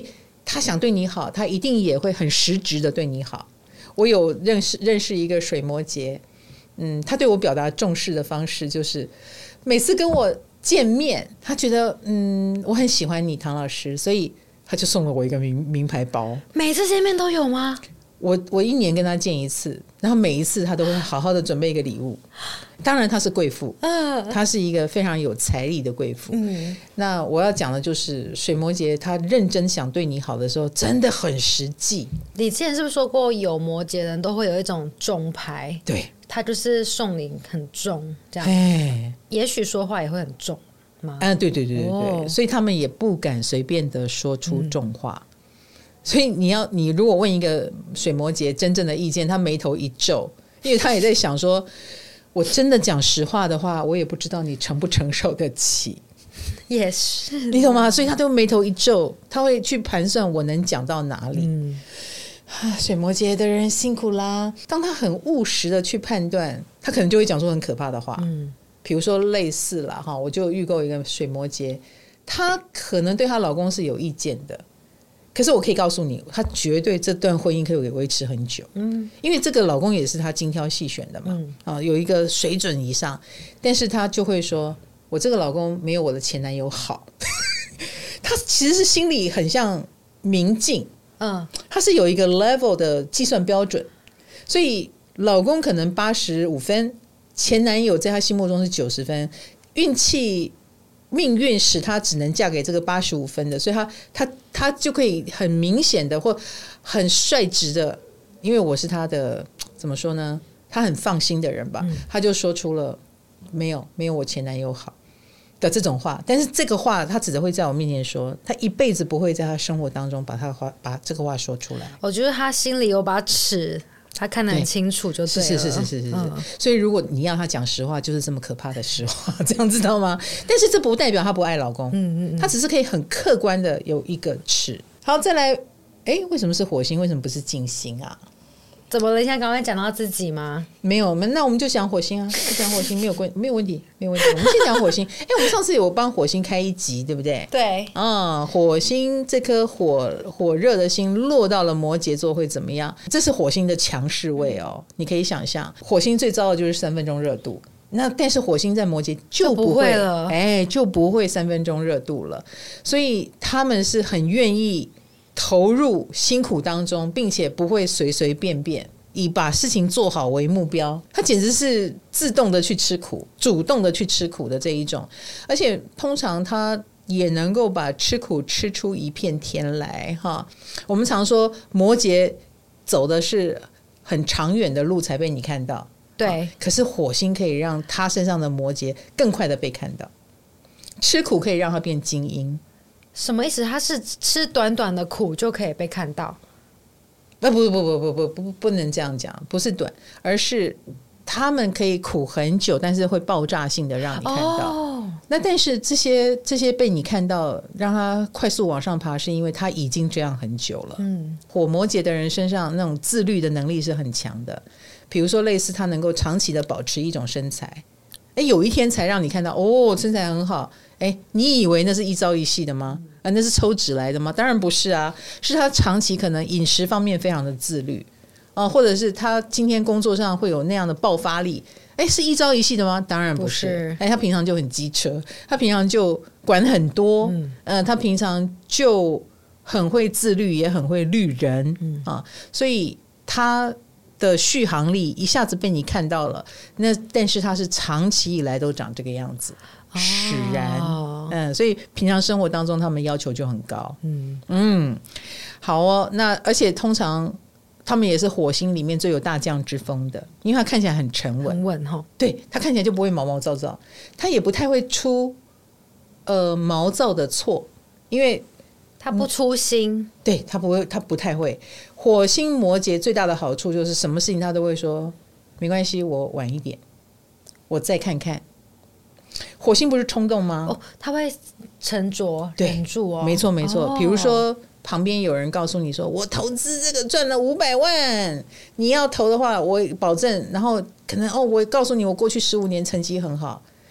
他想对你好，他一定也会很实质的对你好。我有认识认识一个水摩羯，嗯，他对我表达重视的方式就是每次跟我见面，他觉得嗯我很喜欢你唐老师，所以他就送了我一个名名牌包。 每次见面都有吗？ 我我一年跟他见一次，然后每一次他都会好好的准备一个礼物。当然他是贵妇，他是一个非常有财力的贵妇。嗯，那我要讲的就是水摩羯，他认真想对你好的时候，真的很实际。 你之前是不是说过，有摩羯人都会有一种重牌？ 对， 他就是送礼很重，这样。哎，也许说话也会很重吗？ 啊，对对对对对，哦，所以他们也不敢随便的说出重话。嗯，所以你要，你如果问一个水摩羯真正的意见，他眉头一皱，因为他也在想说，我真的讲实话的话，我也不知道你承不承受得起。 也是， 你懂吗？所以他都眉头一皱，他会去盘算我能讲到哪里。嗯，水摩羯的人辛苦啦。当他很务实的去判断，他可能就会讲出很可怕的话。嗯，比如说类似啦哈，我就遇过一个水摩羯，她可能对她老公是有意见的。可是我可以告诉你，她绝对这段婚姻可以维持很久。嗯，因为这个老公也是她精挑细选的嘛。嗯，啊，有一个水准以上，但是她就会说，我这个老公没有我的前男友好。她其实是心里很像明镜。嗯，她是有一个 level 的计算标准，所以老公可能八十五分，前男友在她心目中是九十分，运气。命运使她只能嫁给这个八十五分的，所以她她她就可以很明显的或很率直的，因为我是她的怎么说呢？她很放心的人吧，她就说出了没有没有我前男友好的这种话。但是这个话她只会在我面前说，她一辈子不会在她生活当中把她话把这个话说出来。 我觉得她心里有把尺。他看得很清楚就对了， 是是是是是是、嗯、所以如果你要他讲实话，就是这么可怕的实话，这样知道吗？但是这不代表他不爱老公，嗯嗯，他只是可以很客观的有一个尺。好，再来，哎，为什么是火星？为什么不是金星啊？ 怎么了？现在刚刚讲到自己吗？ 没有，那我们就讲火星啊，就讲火星没有关没有问题，没有问题。我们先讲火星。哎，我们上次有帮火星开一集，对不对？ 对。 啊，火星这颗火火热的星落到了摩羯座会怎么样？这是火星的强势位哦，你可以想象，火星最糟的就是三分钟热度。那但是火星在摩羯就不会, 就不会了，哎，就不会三分钟热度了。所以他们是很愿意投入辛苦当中，并且不会随随便便以把事情做好为目标，他简直是自动的去吃苦，主动的去吃苦的这一种。而且通常他也能够把吃苦吃出一片天来哈。我们常说摩羯走的是很长远的路才被你看到， 对， 可是火星可以让他身上的摩羯更快的被看到，吃苦可以让他变精英。 什么意思？他是吃短短的苦就可以被看到？ 不不不不不不不不能这样讲，不是短，而是他们可以苦很久，但是会爆炸性的让你看到。哦，那但是这些这些被你看到，让他快速往上爬，是因为他已经这样很久了。嗯，火摩羯的人身上那种自律的能力是很强的，比如说类似他能够长期的保持一种身材，哎，有一天才让你看到哦，身材很好。哎，你以为那是一朝一夕的吗？啊，那是抽脂来的吗？当然不是啊，是他长期可能饮食方面非常的自律啊，或者是他今天工作上会有那样的爆发力。哎，是一朝一夕的吗？当然不是。不是，哎，他平常就很机车，他平常就管很多，嗯，呃，他平常就很会自律，也很会律人，嗯啊，所以他的续航力一下子被你看到了。那但是他是长期以来都长这个样子。使然、哦、嗯，所以平常生活当中他们要求就很高。嗯嗯，好哦。那而且通常他们也是火星里面最有大将之风的，因为他看起来很沉稳， 很稳哈、哦。 对，他看起来就不会毛毛躁躁，他也不太会出呃毛躁的错，因为他不粗心。嗯、 对，他不会，他不太会。火星摩羯最大的好处就是什么事情他都会说没关系，我晚一点，我再看看。火星不是冲动吗？ 哦，他会沉着忍住哦。 没错没错、哦、比如说旁边有人告诉你说我投资这个赚了五百万，你要投的话我保证，然后可能哦我告诉你我过去十五年成绩很好，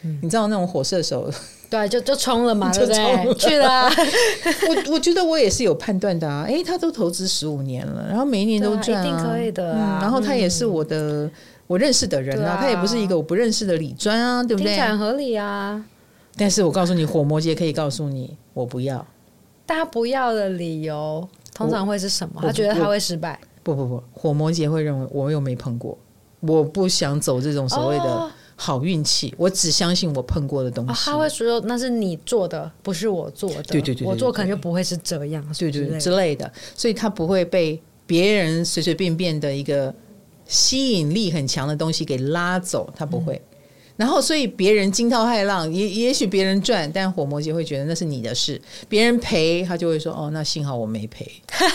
嗯、你知道那种火射手， 对，就就冲了嘛，对不对？去了、啊。 我我觉得我也是有判断的啊，哎，他都投资十五年了，然后每一年都赚、啊， 一定可以的、啊嗯。然后他也是我的、嗯、我认识的人啊，啊他也不是一个我不认识的理专啊，对不对？ 听起来很合理啊。 但是我告诉你，火摩羯可以告诉你，我不要。 大家不要的理由通常会是什么？他觉得他会失败。 不不不，火摩羯会认为我又没碰过，我不想走这种所谓的好运气、哦，我只相信我碰过的东西。哦、 他会说那是你做的，不是我做的。 对对 对, 对, 对, 对， 我做可能就不会是这样， 对对对之类的，所以他不会被别人随随便便的一个吸引力很强的东西给拉走，他不会。嗯，然后所以别人惊涛骇浪，也也许别人赚，但火摩羯会觉得那是你的事，别人赔他就会说哦，那幸好我没赔。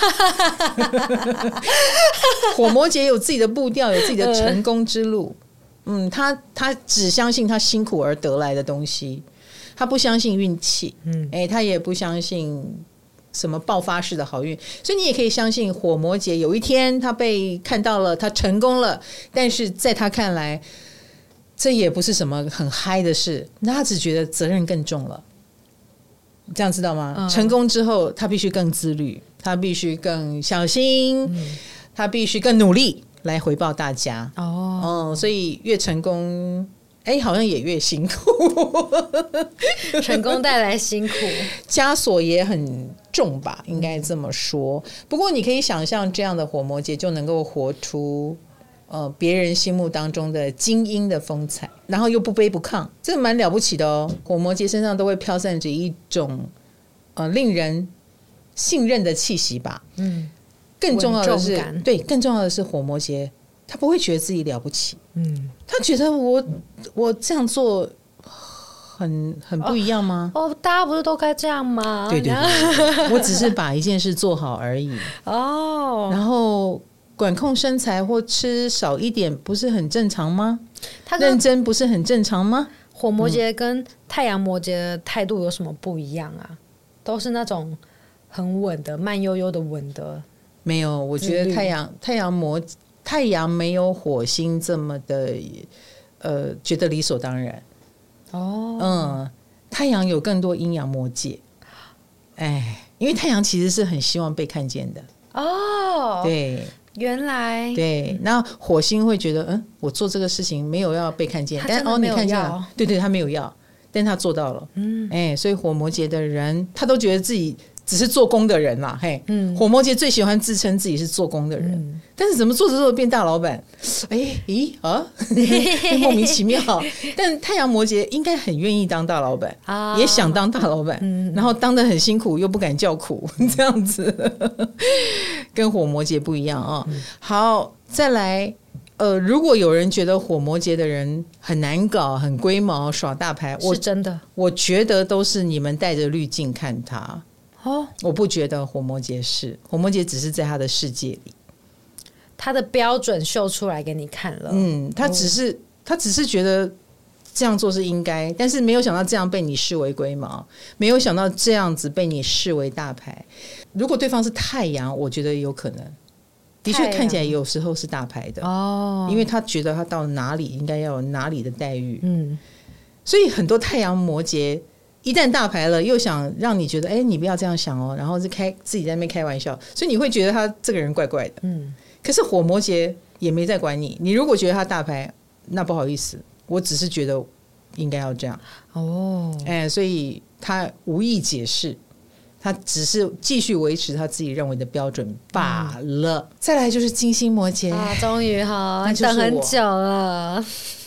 火摩羯有自己的步调，有自己的成功之路。嗯，他他只相信他辛苦而得来的东西，他不相信运气。嗯，哎，他也不相信什么爆发式的好运，所以你也可以相信火摩羯有一天他被看到了，他成功了，但是在他看来这也不是什么很嗨的事，那他只觉得责任更重了，这样知道吗？嗯、成功之后他必须更自律，他必须更小心、嗯、他必须更努力来回报大家。哦、嗯，所以越成功哎，好像也越辛苦。 成功带来辛苦， 枷锁也很重吧，应该这么说。不过你可以想象这样的火摩羯就能够活出呃，别人心目当中的精英的风采，然后又不卑不亢，这蛮了不起的哦。火摩羯身上都会飘散着一种呃令人信任的气息吧。嗯，更重要的是，对，更重要的是火摩羯他不会觉得自己了不起。嗯，他觉得我我这样做很很不一样吗？ 哦，大家不是都该这样吗？ 对对对, 对，我只是把一件事做好而已。哦，然后管控身材或吃少一点不是很正常吗？他认真不是很正常吗？ 火摩羯跟太阳摩羯的态度有什么不一样啊？都是那种很稳的慢悠悠的稳的。没有，我觉得太阳太阳摩太阳没有火星这么的呃觉得理所当然。哦，嗯，太阳有更多阴阳摩羯。哎，因为太阳其实是很希望被看见的。哦，对， 原来对，那火星会觉得，嗯，我做这个事情没有要被看见，但哦，你看见了，对对，他没有要，但他做到了，嗯，哎，所以火摩羯的人，他都觉得自己只是做工的人啦，嘿，嗯，火摩羯最喜欢自称自己是做工的人，嗯、但是怎么做着做着变大老板？哎，咦啊，莫名其妙。但太阳摩羯应该很愿意当大老板，啊、也想当大老板，嗯、然后当得很辛苦又不敢叫苦，这样子，跟火摩羯不一样啊、哦。好，再来。呃，如果有人觉得火摩羯的人很难搞、很龟毛、耍大牌， 是真的， 我觉得都是你们带着滤镜看他。哦，我不觉得火摩羯是，火摩羯只是在他的世界里， 他的标准秀出来给你看了。 嗯，他只是、哦、他只是觉得这样做是应该，但是没有想到这样被你视为龟毛，没有想到这样子被你视为大牌。如果对方是太阳，我觉得有可能。的确看起来有时候是大牌的哦，因为他觉得他到哪里应该要有哪里的待遇，嗯，所以很多太阳摩羯一旦大牌了，又想让你觉得，哎，你不要这样想哦，然后是开自己在那边开玩笑，所以你会觉得他这个人怪怪的，嗯。可是火摩羯也没在管你，你如果觉得他大牌，那不好意思，我只是觉得应该要这样哦，哎，所以他无意解释。他只是继续维持他自己认为的标准罢了、嗯、再来就是金星摩羯啊，终于好等很久了，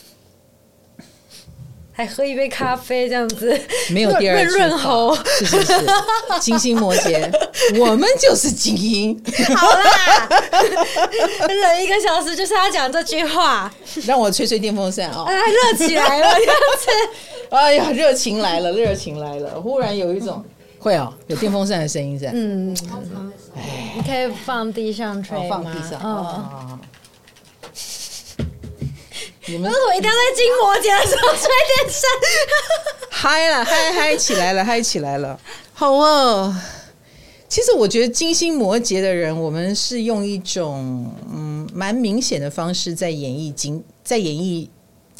还喝一杯咖啡这样子， 没有第二次润喉，是是是，金星摩羯我们就是精英。 好啦，忍一个小时就是要讲这句话， 让我吹吹电风扇哦， 哎，热起来了这样子， 哎呀，热情来了，热情来了，忽然有一种会哦，有电风扇的声音在。嗯， 你可以放地上吹吗？ 哦、放地上。哦。哦你们为什么一定要在金摩羯的时候吹电扇？ 嗨了，嗨嗨起来了，嗨起来了。好哦。其实我觉得金星摩羯的人，我们是用一种嗯蛮明显的方式在演绎金，在演绎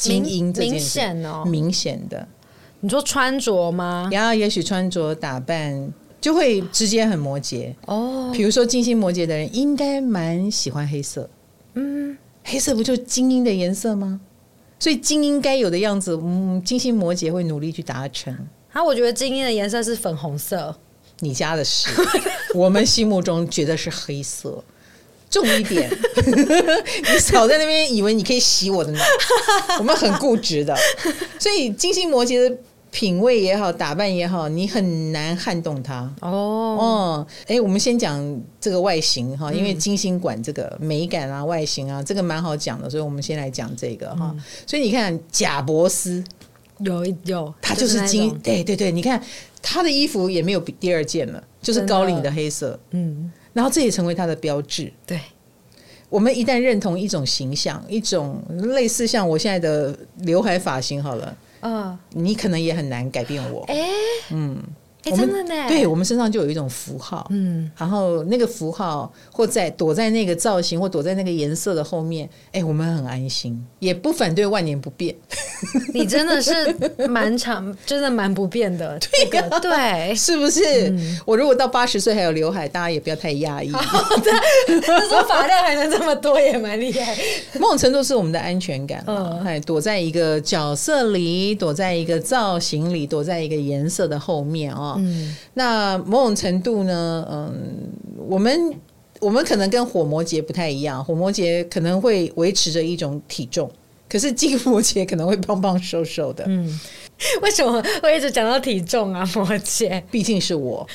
精英这件事， 明显哦， 明显的。 你说穿着吗？ 呀，也许穿着打扮就会直接很摩羯哦。比如说金星摩羯的人应该蛮喜欢黑色，嗯，黑色不就精英的颜色吗？所以精英该有的样子，嗯，金星摩羯会努力去达成。 啊，我觉得精英的颜色是粉红色， 你家的是，我们心目中觉得是黑色。重一点，你少在那边以为你可以洗我的脑，我们很固执的，所以金星摩羯的品味也好，打扮也好，你很难撼动它。哦哦，哎，我们先讲这个外形哈，因为金星管这个美感啊、外形啊，这个蛮好讲的，所以我们先来讲这个哈。嗯、所以你看贾伯斯， 有有， 他就是金，对对对，你看他的衣服也没有第二件了，就是高领的黑色，嗯。然后这也成为他的标志。 对， 我们一旦认同一种形象，一种类似像我现在的刘海发型好了，嗯，你可能也很难改变我。哎，嗯。 欸、真的呢， 对，我们身上就有一种符号，嗯，然后那个符号或在躲在那个造型或躲在那个颜色的后面，哎、欸，我们很安心，也不反对万年不变。 你真的是蛮长，真的蛮不变的，对、啊、对， 是不是？嗯、我如果到八十岁还有刘海，大家也不要太压抑。 那时候发量还能这么多，也蛮厉害。 某种程度是我们的安全感，嗯，哎，躲在一个角色里，躲在一个造型里，躲在一个颜色的后面哦。嗯，那某种程度呢，嗯，我们我们可能跟火摩羯不太一样，火摩羯可能会维持着一种体重，可是金摩羯可能会胖胖瘦瘦的。嗯， 为什么会一直讲到体重啊？摩羯， 毕竟是我。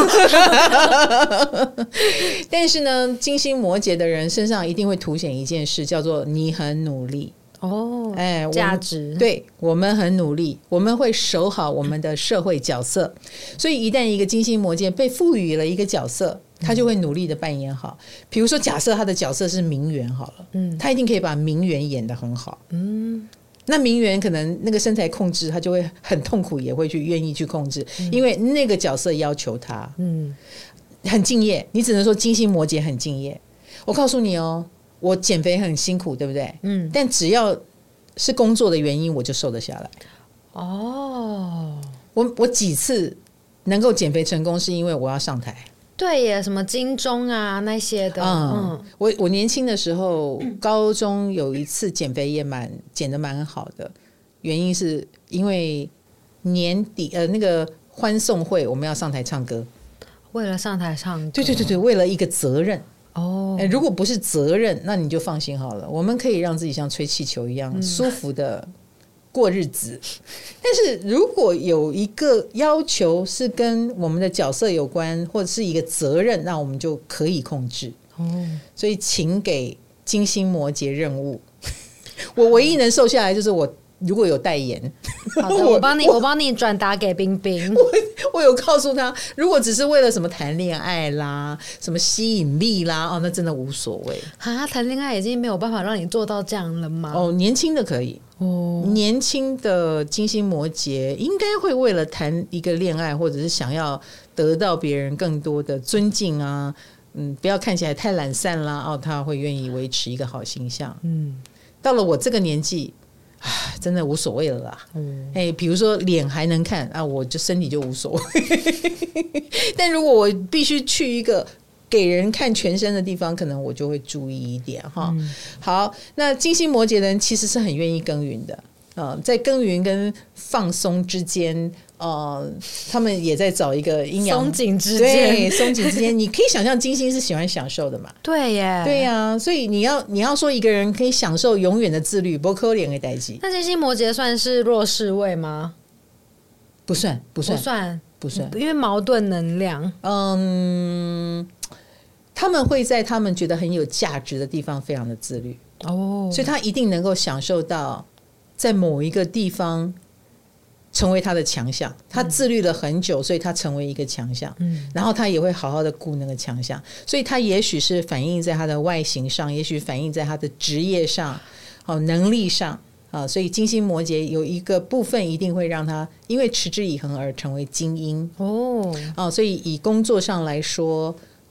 但是呢，金星摩羯的人身上一定会凸显一件事，叫做你很努力。哦，哎， 价值， 对，我们很努力，我们会守好我们的社会角色，所以一旦一个金星摩羯被赋予了一个角色，他就会努力的扮演好。比如说，假设他的角色是名媛好了，嗯，他一定可以把名媛演得很好，嗯，那名媛可能那个身材控制，他就会很痛苦，也会去愿意去控制，嗯、因为那个角色要求他，嗯，很敬业。你只能说金星摩羯很敬业。我告诉你哦。我减肥很辛苦，对不对？嗯，但只要是工作的原因，我就瘦得下来。哦，我我几次能够减肥成功，是因为我要上台。 对耶，什么金钟啊那些的。嗯， 嗯我我年轻的时候，高中有一次减肥也蛮减得蛮好的，原因是因为年底呃那个欢送会，我们要上台唱歌。 为了上台唱歌， 对对对对，为了一个责任。哦、欸，如果不是责任，那你就放心好了。我们可以让自己像吹气球一样、嗯、舒服的过日子。但是如果有一个要求是跟我们的角色有关，或者是一个责任，那我们就可以控制。哦，所以请给金星摩羯任务。我唯一能瘦下来就是我如果有代言， 好的，我帮你，我帮你转达给冰冰。 我我有告诉他，如果只是为了什么谈恋爱啦、什么吸引力啦，哦，那真的无所谓。 啊，谈恋爱已经没有办法让你做到这样了吗？ 哦，年轻的可以。哦，年轻的金星摩羯应该会为了谈一个恋爱，或者是想要得到别人更多的尊敬啊，嗯，不要看起来太懒散啦，哦，他会愿意维持一个好形象。嗯，到了我这个年纪。真的无所谓了啦，嗯，哎，比如说脸还能看啊，我就身体就无所谓。但如果我必须去一个给人看全身的地方，可能我就会注意一点哈。嗯、好，那金星摩羯的人其实是很愿意耕耘的，呃，在耕耘跟放松之间。呃，他们也在找一个阴阳松紧之间， 对，松紧之间，你可以想象金星是喜欢享受的嘛？ 对耶， 对呀、啊，所以你要你要说一个人可以享受永远的自律，不可怜的代际。 那金星摩羯算是弱势位吗？ 不算，不算， 不算， 不算， 因为矛盾能量。 嗯，他们会在他们觉得很有价值的地方非常的自律哦，所以他一定能够享受到在某一个地方。成为他的强项，他自律了很久，所以他成为一个强项、嗯、然后他也会好好的顾那个强项，所以他也许是反映在他的外形上，也许反映在他的职业上、哦、能力上、啊、所以金星摩羯有一个部分一定会让他因为持之以恒而成为精英、哦啊、所以以工作上来说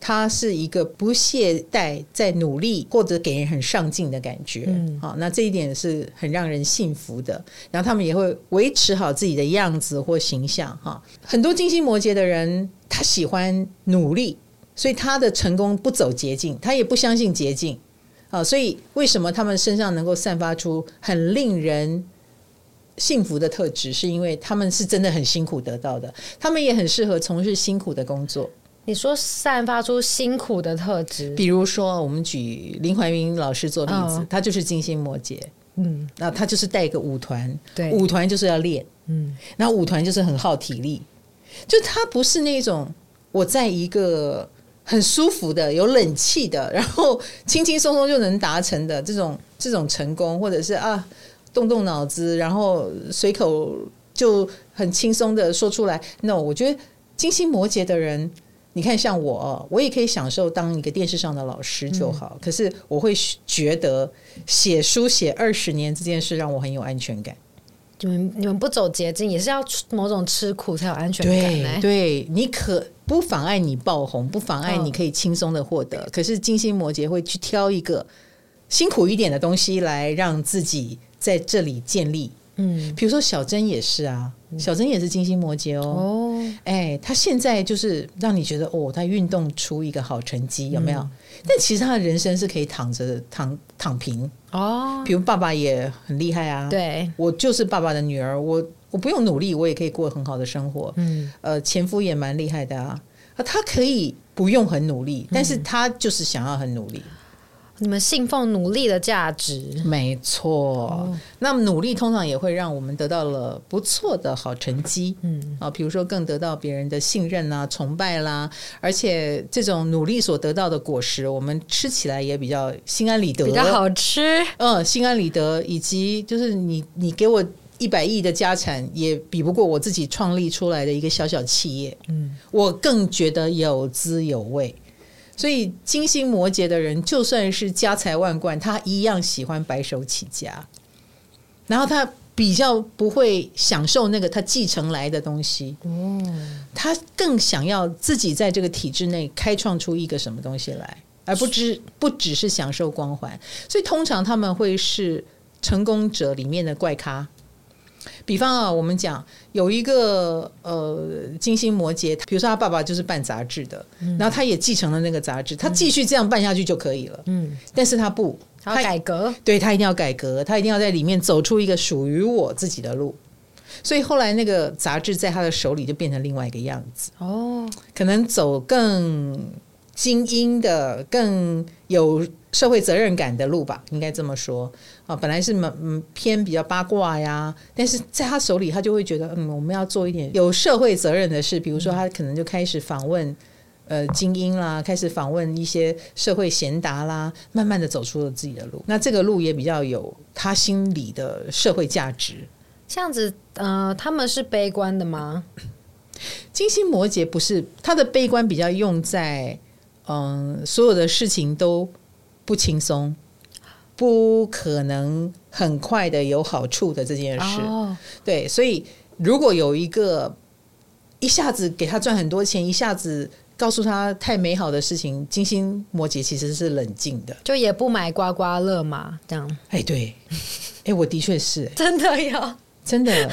他是一个不懈怠在努力或者给人很上进的感觉、嗯哦、那这一点是很让人幸福的，然后他们也会维持好自己的样子或形象、哦、很多金星摩羯的人他喜欢努力，所以他的成功不走捷径，他也不相信捷径、哦、所以为什么他们身上能够散发出很令人幸福的特质，是因为他们是真的很辛苦得到的，他们也很适合从事辛苦的工作。 你说散发出辛苦的特质， 比如说我们举林怀民老师做例子、哦、他就是金星摩羯，嗯，那他就是带一个舞团，对，舞团就是要练，嗯，然后舞团就是很耗体力，就他不是那种我在一个很舒服的有冷气的然后轻轻松松就能达成的这种这种成功，或者是啊动动脑子然后随口就很轻松的说出来。 no， 我觉得金星摩羯的人，你看像我我也可以享受当一个电视上的老师就好、嗯、可是我会觉得写书写二十年这件事让我很有安全感。 你们你们不走捷径也是要某种吃苦才有安全感、 欸、对对，你可不妨碍你爆红，不妨碍你可以轻松的获得、哦、可是金星摩羯会去挑一个辛苦一点的东西来让自己在这里建立。嗯，比如说小珍也是啊，小珍也是金星摩羯哦。哦，哎，他现在就是让你觉得哦，他运动出一个好成绩，有没有？嗯、但其实他的人生是可以躺着躺躺平哦。比如爸爸也很厉害啊，对，我就是爸爸的女儿，我我不用努力，我也可以过很好的生活。嗯，呃，前夫也蛮厉害的啊，他可以不用很努力，但是他就是想要很努力。 你们信奉努力的价值。 没错、哦、那么努力通常也会让我们得到了不错的好成绩，嗯啊，比如说更得到别人的信任啦、崇拜啦，而且这种努力所得到的果实我们吃起来也比较心安理得， 比较好吃。 嗯，心安理得，以及就是你你给我一百亿的家产也比不过我自己创立出来的一个小小企业，嗯，我更觉得有滋有味。所以金星摩羯的人就算是家财万贯，他一样喜欢白手起家，然后他比较不会享受那个他继承来的东西、哦、他更想要自己在这个体制内开创出一个什么东西来，而不只不只是享受光环。所以通常他们会是成功者里面的怪咖。比方啊，我们讲有一个呃金星摩羯，比如说他爸爸就是办杂志的、嗯、然后他也继承了那个杂志，他继续这样办下去就可以了，嗯，但是他不， 他要改革， 对，他一定要改革，他一定要在里面走出一个属于我自己的路。所以后来那个杂志在他的手里就变成另外一个样子，哦，可能走更精英的更有社会责任感的路吧，应该这么说啊。本来是偏比较八卦呀，但是在他手里他就会觉得嗯，我们要做一点有社会责任的事，比如说他可能就开始访问呃精英啦，开始访问一些社会贤达啦，慢慢的走出了自己的路。那这个路也比较有他心里的社会价值。 这样子呃，他们是悲观的吗？ 金星摩羯不是，他的悲观比较用在嗯，所有的事情都不轻松，不可能很快的有好处的这件事、哦、对，所以如果有一个一下子给他赚很多钱，一下子告诉他太美好的事情，金星摩羯其实是冷静的， 就也不买刮刮乐嘛，这样。 哎，对，哎，我的确是， 真的有， 真的，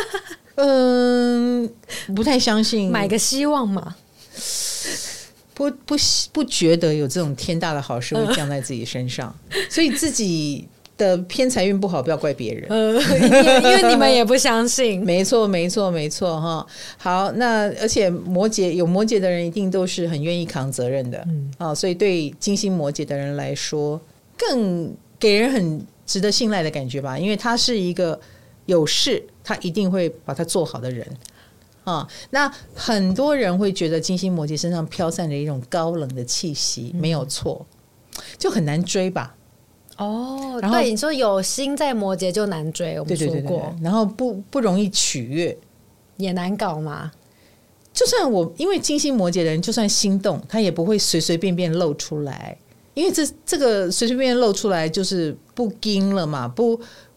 嗯，不太相信， 买个希望嘛。 不不不觉得有这种天大的好事会降在自己身上，所以自己的偏财运不好不要怪别人、呃、 因为你们也不相信。 没错没错没错哈。好，那而且摩羯有摩羯的人一定都是很愿意扛责任的、嗯啊、所以对金星摩羯的人来说更给人很值得信赖的感觉吧，因为他是一个有事他一定会把它做好的人啊，那很多人会觉得金星摩羯身上飘散着一种高冷的气息、嗯、没有错，就很难追吧。 哦，对，你说有心在摩羯就难追，我们说过。对对对对， 然后不不容易取悦， 也难搞嘛。 就算我因为金星摩羯的人就算心动他也不会随随便便露出来，因为这这个随随便便露出来就是不矜了嘛，不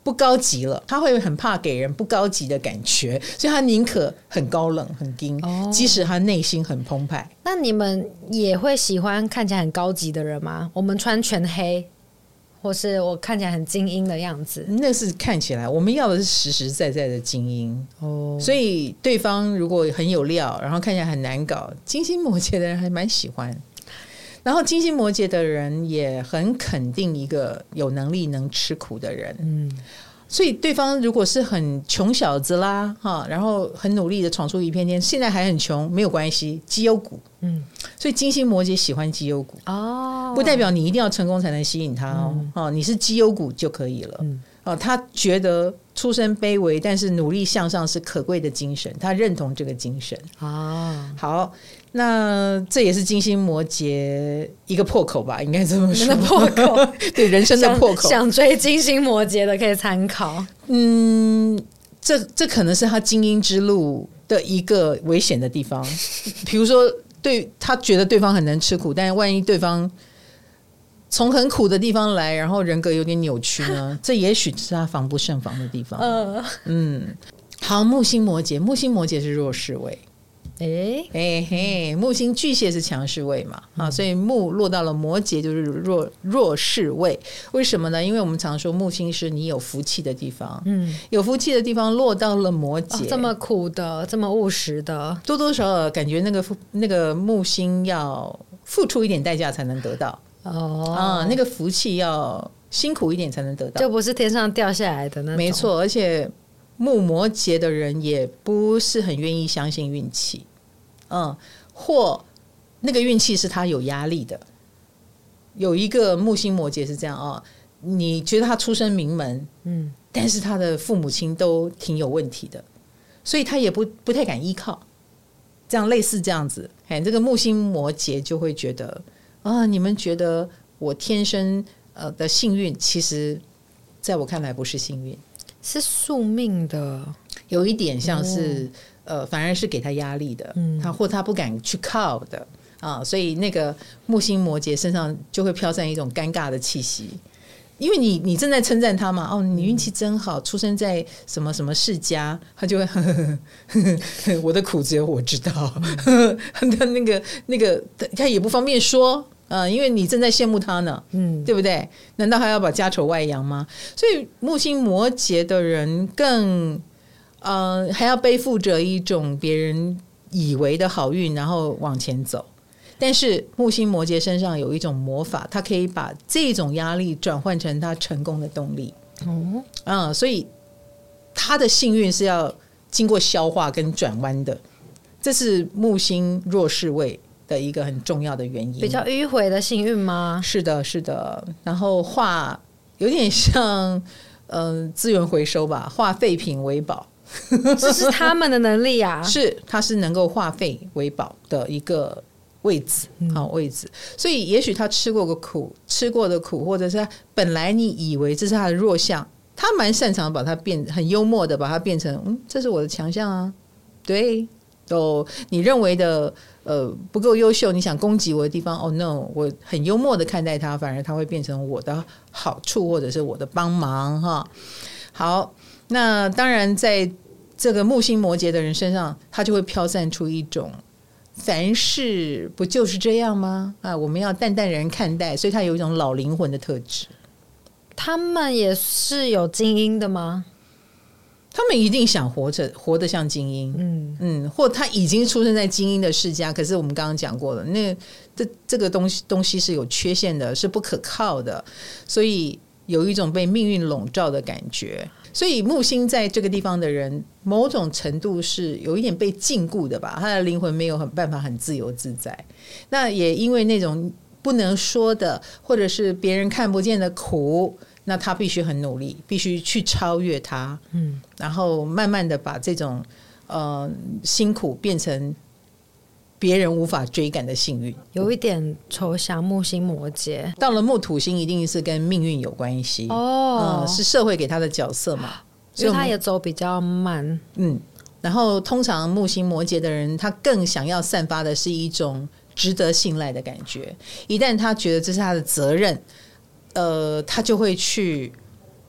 不高级了，他会很怕给人不高级的感觉，所以他宁可很高冷很硬、哦、即使他内心很澎湃。 那你们也会喜欢看起来很高级的人吗？我们穿全黑，或是我看起来很精英的样子， 那是看起来，我们要的是实实在在的精英哦。所以对方如果很有料，然后看起来很难搞，金星摩羯的人还蛮喜欢。然后金星摩羯的人也很肯定一个有能力能吃苦的人，嗯，所以对方如果是很穷小子啦哈，然后很努力的闯出一片天，现在还很穷没有关系，绩优股，嗯，所以金星摩羯喜欢绩优股哦，不代表你一定要成功才能吸引他哦，嗯、哦你是绩优股就可以了，嗯，哦他觉得出身卑微但是努力向上是可贵的精神，他认同这个精神啊。好，那这也是金星摩羯一个破口吧，应该这么说， 破口对人生的破口。 想, 想追金星摩羯的可以参考。 嗯，这这可能是他精英之路的一个危险的地方。比如说，对他觉得对方很能吃苦，但是万一对方从很苦的地方来，然后人格有点扭曲呢？这也许是他防不胜防的地方。呃、嗯，好，木星摩羯，木星摩羯是弱势位。哎哎嘿，木星巨蟹是强势位嘛、嗯、啊，所以木落到了摩羯就是弱弱势位。为什么呢？因为我们常说木星是你有福气的地方，嗯，有福气的地方落到了摩羯、哦、 这么苦的，这么务实的， 多多少少感觉那个那个木星要付出一点代价才能得到哦，啊，那个福气要辛苦一点才能得到， 就不是天上掉下来的那种。 没错，而且木摩羯的人也不是很愿意相信运气，嗯，或那个运气是他有压力的。有一个木星摩羯是这样啊，你觉得他出身名门，嗯，但是他的父母亲都挺有问题的，所以他也不不太敢依靠。这样类似这样子，哎，这个木星摩羯就会觉得啊，你们觉得我天生呃的幸运，其实在我看来不是幸运。 是宿命的， 有一点像是、哦、呃，反而是给他压力的，嗯，他或他不敢去靠的啊，所以那个木星摩羯身上就会飘散一种尴尬的气息，因为你你正在称赞他嘛，哦，你运气真好，出生在什么什么世家，他就会呵呵呵呵我的苦只有我知道，呵呵他那个那个他也不方便说。呃，因为你正在羡慕他呢，嗯，对不对？难道还要把家丑外扬吗？所以木星摩羯的人更，呃，还要背负着一种别人以为的好运，然后往前走。但是木星摩羯身上有一种魔法，他可以把这种压力转换成他成功的动力。哦，嗯，所以他的幸运是要经过消化跟转弯的，这是木星弱势位的一个很重要的原因。 比较迂回的幸运吗？ 是的是的，然后化有点像呃资源回收吧，化废品为宝。 这是他们的能力啊。 是，他是能够化废为宝的一个位置、嗯、好位置。所以也许他吃过个苦，吃过的苦，或者是他本来你以为这是他的弱项，他蛮擅长把它变，很幽默的把它变成嗯，这是我的强项啊。对，哦，你认为的呃不够优秀，你想攻击我的地方，哦 no， 我很幽默的看待它，反而它会变成我的好处或者是我的帮忙哈。好，那当然在这个木星摩羯的人身上，他就会飘散出一种凡事不就是这样吗？啊，我们要淡淡然看待，所以他有一种老灵魂的特质。 他们也是有精英的吗？ 他们一定想活着，活得像精英，嗯嗯，或他已经出生在精英的世家，可是我们刚刚讲过了，那这这个东西东西是有缺陷的，是不可靠的，所以有一种被命运笼罩的感觉。所以木星在这个地方的人，某种程度是有一点被禁锢的吧，他的灵魂没有很办法很自由自在。那也因为那种不能说的，或者是别人看不见的苦。那他必须很努力，必须去超越他，嗯，然后慢慢的把这种呃辛苦变成别人无法追赶的幸运。 有一点抽象，木星摩羯到了木土星一定是跟命运有关系哦、呃，是社会给他的角色嘛， 所以他也走比较慢， 嗯，然后通常木星摩羯的人，他更想要散发的是一种值得信赖的感觉，一旦他觉得这是他的责任。呃，他就会去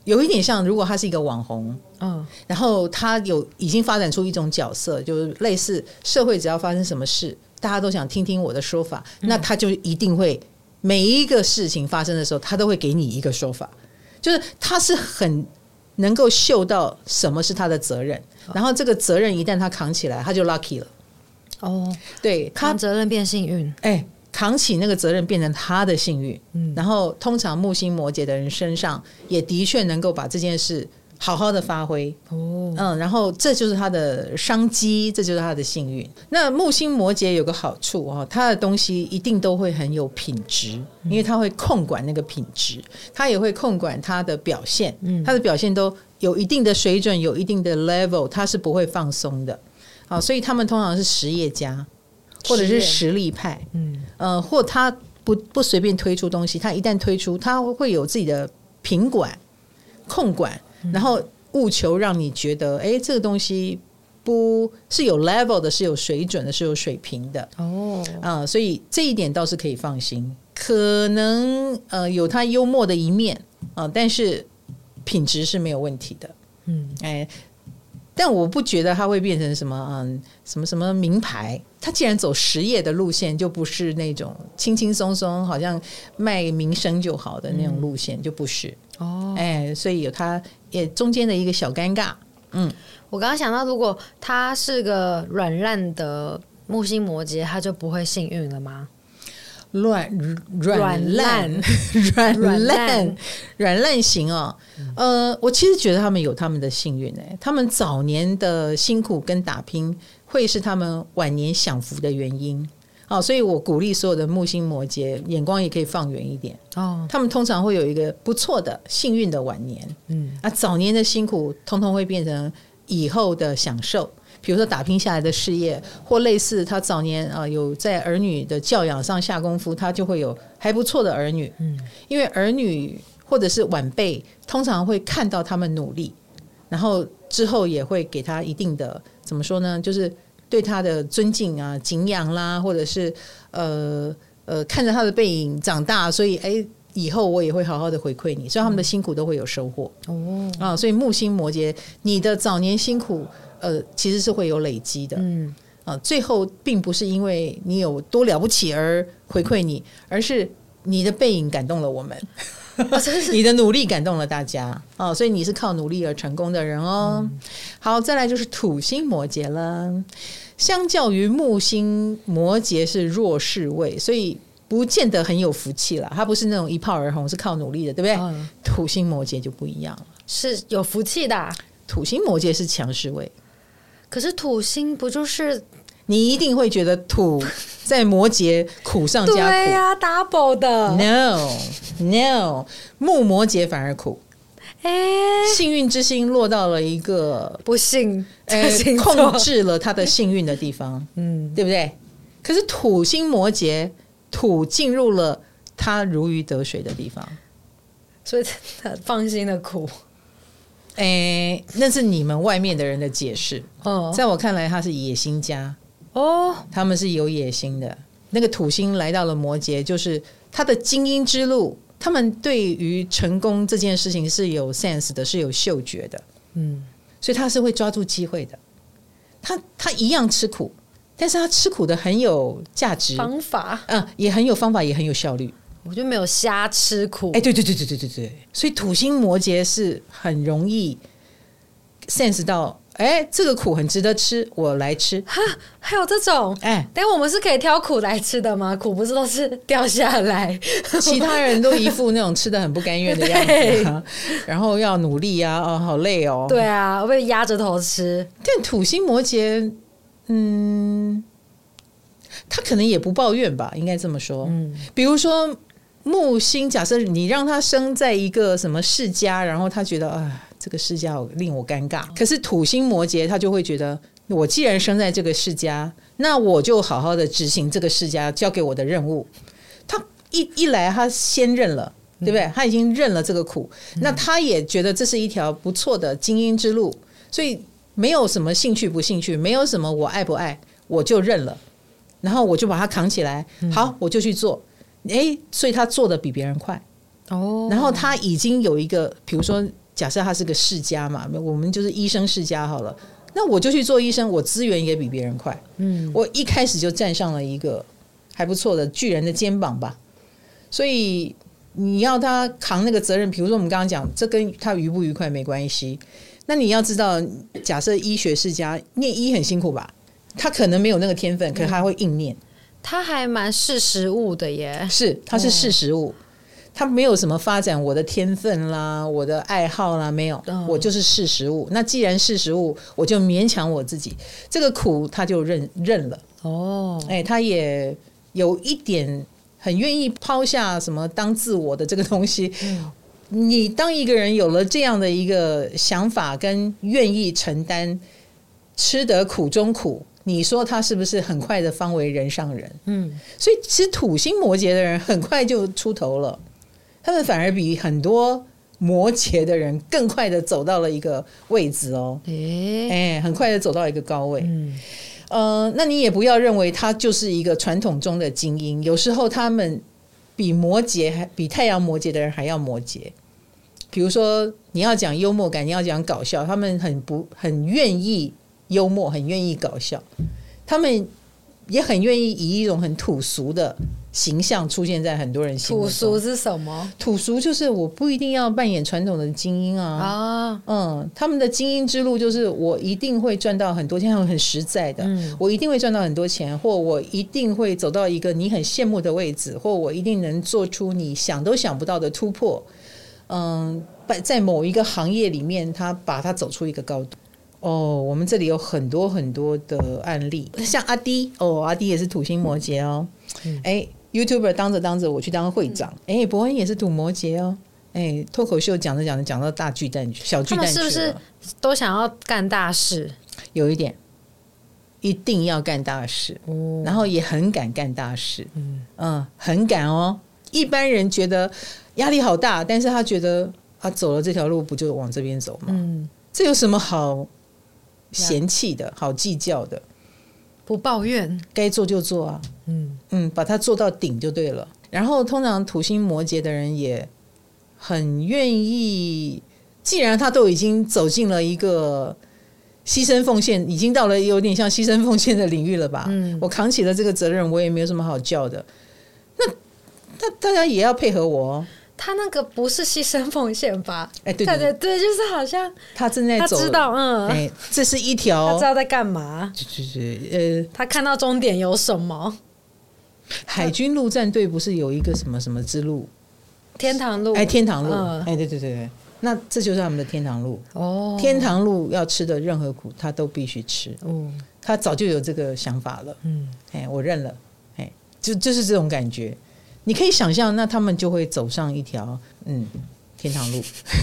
有一点像，如果他是一个网红，嗯，然后他有已经发展出一种角色，就是类似社会只要发生什么事，大家都想听听我的说法，嗯、那他就一定会每一个事情发生的时候，他都会给你一个说法，就是他是很能够嗅到什么是他的责任，然后这个责任一旦他扛起来，他就 lucky 了。哦，对， 扛责任变幸运， 哎、欸，扛起那个责任变成他的幸运。嗯，然后通常木星摩羯的人身上也的确能够把这件事好好的发挥。哦，嗯，然后这就是他的商机，这就是他的幸运。那木星摩羯有个好处哦，他的东西一定都会很有品质，因为他会控管那个品质，他也会控管他的表现，嗯，他的表现都有一定的水准，有一定的 level， 他是不会放松的。好，所以他们通常是实业家，或者是实力派，嗯，呃，或他不不随便推出东西，他一旦推出，他会有自己的品管、控管，然后务求让你觉得，哎，这个东西不是有 level 的，是有水准的，是有水平的。哦，啊、呃，所以这一点倒是可以放心。可能呃有他幽默的一面啊、呃，但是品质是没有问题的。嗯，哎。但我不觉得他会变成什么嗯什么什么名牌，他既然走实业的路线，就不是那种轻轻松松好像卖名声就好的那种路线，嗯、就不是哦，哎，所以有他也中间的一个小尴尬。嗯， 我刚刚想到，如果他是个软烂的木星摩羯，他就不会幸运了吗？ 软软烂软烂软烂型哦，呃，我其实觉得他们有他们的幸运哎，他们早年的辛苦跟打拼会是他们晚年享福的原因。好、哦，所以我鼓励所有的木星摩羯眼光也可以放远一点哦，他们通常会有一个不错的幸运的晚年，嗯，啊，早年的辛苦通通会变成以后的享受。比如说打拼下来的事业，或类似他早年啊、呃、有在儿女的教养上下功夫，他就会有还不错的儿女。嗯，因为儿女或者是晚辈通常会看到他们努力，然后之后也会给他一定的怎么说呢，就是对他的尊敬啊、敬仰啦，或者是呃呃看着他的背影长大，所以哎。以后我也会好好的回馈你，所以他们的辛苦都会有收获。哦，啊，所以木星摩羯，你的早年辛苦，呃，其实是会有累积的。嗯，啊，最后并不是因为你有多了不起而回馈你，而是你的背影感动了我们，你的努力感动了大家。啊，所以你是靠努力而成功的人哦。嗯、好，再来就是土星摩羯了。相较于木星摩羯是弱势位，所以。不见得很有福气啦，他不是那种一炮而红，是靠努力的，对不对？嗯、土星摩羯就不一样了， 是有福气的、啊。 土星摩羯是强势位， 可是土星不就是你一定会觉得土在摩羯苦上加苦， 对呀、啊、，double 的。 No No， 木摩羯反而苦。哎，幸运之星落到了一个不幸， 呃，控制了他的幸运的地方，嗯，对不对？可是土星摩羯。土进入了他如鱼得水的地方， 所以放心的苦。 哎，那是你们外面的人的解释。哦，在我看来，他是野心家。哦，他们是有野心的。那个土星来到了摩羯，就是他的精英之路。他们对于成功这件事情是有 sense 的，是有嗅觉的。嗯，所以他是会抓住机会的。他他一样吃苦。但是他吃苦的很有价值， 方法， 嗯，也很有方法，也很有效率。 我就没有瞎吃苦。 哎，对对对对对对对，所以土星摩羯是很容易 sense 到，哎，这个苦很值得吃，我来吃。 哈，还有这种，哎，但我们是可以挑苦来吃的吗？苦不是都是掉下来， 其他人都一副那种吃得很不甘愿的样子、啊，然后要努力啊，哦，好累哦。 对啊，我被压着头吃。 但土星摩羯。嗯，他可能也不抱怨吧，应该这么说。嗯，比如说木星，假设你让他生在一个什么世家，然后他觉得啊，这个世家令我尴尬。可是土星摩羯他就会觉得，我既然生在这个世家，那我就好好的执行这个世家交给我的任务。他一一来，他先认了，对不对？他已经认了这个苦，那他也觉得这是一条不错的精英之路，所以。没有什么兴趣不兴趣，没有什么我爱不爱，我就认了，然后我就把它扛起来，好，我就去做。哎，所以他做的比别人快哦。然后他已经有一个，比如说假设他是个世家嘛，我们就是医生世家好了，那我就去做医生，我资源也比别人快，嗯，我一开始就站上了一个还不错的巨人的肩膀吧，所以你要他扛那个责任，比如说我们刚刚讲，这跟他愉不愉快没关系。那你要知道，假设医学世家念医很辛苦吧，他可能没有那个天分，可是他会硬念。 他还蛮识时务的耶， 是，他是识时务。哦，他没有什么发展我的天分啦，我的爱好啦，没有，我就是识时务。那既然识时务，我就勉强我自己，这个苦他就认认了。哦，哎，他也有一点很愿意抛下什么当自我的这个东西。嗯，你当一个人有了这样的一个想法跟愿意承担，吃得苦中苦。你说他是不是很快的方为人上人？嗯，所以其实土星摩羯的人很快就出头了。他们反而比很多摩羯的人更快的走到了一个位置哦，欸欸、很快的走到一个高位。嗯，呃，那你也不要认为他就是一个传统中的精英，有时候他们比摩羯还比太阳摩羯的人还要摩羯。比如说你要讲幽默感，你要讲搞笑，他们很不很愿意幽默，很愿意搞笑，他们也很愿意以一种很土俗的形象出现在很多人心目中。 土俗是什么？ 土俗就是我不一定要扮演传统的精英啊。啊，嗯，他们的精英之路就是我一定会赚到很多钱，很实在的，嗯，我一定会赚到很多钱，或我一定会走到一个你很羡慕的位置，或我一定能做出你想都想不到的突破。嗯，在某一个行业里面，他把他走出一个高度。哦，我们这里有很多很多的案例，像阿滴哦，阿滴也是土星摩羯哦。哎、嗯、，YouTuber 当着当着我去当会长，哎、嗯，伯恩也是土摩羯哦。哎，脱口秀讲着讲着讲到大巨蛋去，小巨蛋去了， 他们是不是都想要干大事？ 有一点，一定要干大事，哦、然后也很敢干大事，嗯嗯，很敢哦。一般人觉得压力好大，但是他觉得他走了这条路，不就往这边走吗？嗯，这有什么好嫌弃的，好计较的？ 不抱怨， 该做就做啊。嗯嗯，把它做到顶就对了。然后通常土星摩羯的人也很愿意，既然他都已经走进了一个牺牲奉献，已经到了有点像牺牲奉献的领域了吧？嗯，我扛起了这个责任，我也没有什么好叫的。那那大家也要配合我哦。 他那个不是牺牲奉献吧？ 哎，对对对, 对, 对，就是好像他正在走， 他知道，嗯， 哎，这是一条， 他知道在干嘛， 就是呃， 他看到终点有什么。 海军陆战队不是有一个什么什么之路？ 天堂路， 哎，天堂路，嗯、哎，对对对对，那这就是他们的天堂路。哦，天堂路要吃的任何苦，他都必须吃。哦，他早就有这个想法了。嗯，哎，我认了，哎，就就是这种感觉。你可以想象，那他们就会走上一条嗯天堂路。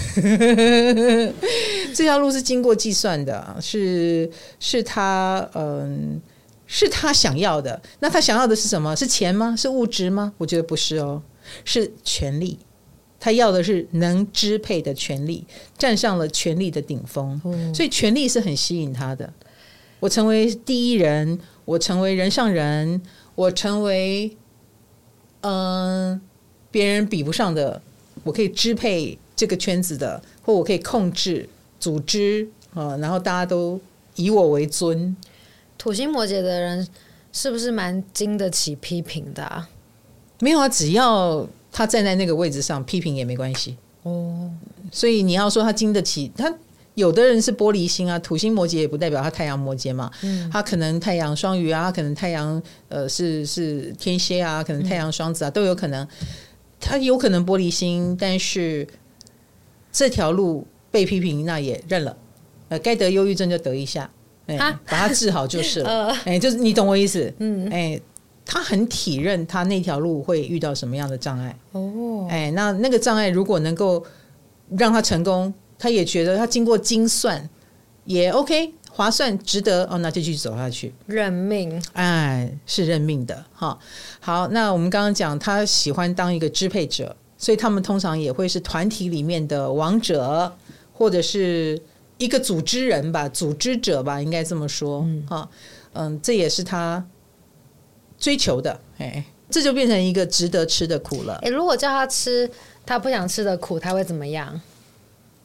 这条路是经过计算的，是是他嗯是他想要的。那他想要的是什么？是钱吗？是物质吗？我觉得不是哦，是权力。他要的是能支配的权力，站上了权力的顶峰。嗯，所以权力是很吸引他的。我成为第一人，我成为人上人，我成为嗯，别人比不上的，我可以支配这个圈子的，或我可以控制组织啊，然后大家都以我为尊。 土星摩羯的人是不是蛮经得起批评的啊？ 没有啊，只要他站在那个位置上，批评也没关系哦。所以你要说他经得起，他有的人是玻璃心啊，土星摩羯也不代表他太阳摩羯嘛，嗯，他可能太阳双鱼啊，他可能太阳呃是是天蝎啊，可能太阳双子啊，嗯，都有可能，他有可能玻璃心，但是这条路被批评那也认了，呃，该得忧郁症就得一下，哎，把它治好就是了，哎，就是你懂我意思，嗯，哎，他很体认他那条路会遇到什么样的障碍，哦，哎，那那个障碍如果能够让他成功。他也觉得他经过精算也 OK 划算值得哦，那就继续走下去。 认命， 哎，是认命的哈。好，那我们刚刚讲他喜欢当一个支配者，所以他们通常也会是团体里面的王者，或者是一个组织人吧，组织者吧，应该这么说哈。嗯, 嗯，这也是他追求的，哎，这就变成一个值得吃的苦了。 哎，如果叫他吃他不想吃的苦，他会怎么样？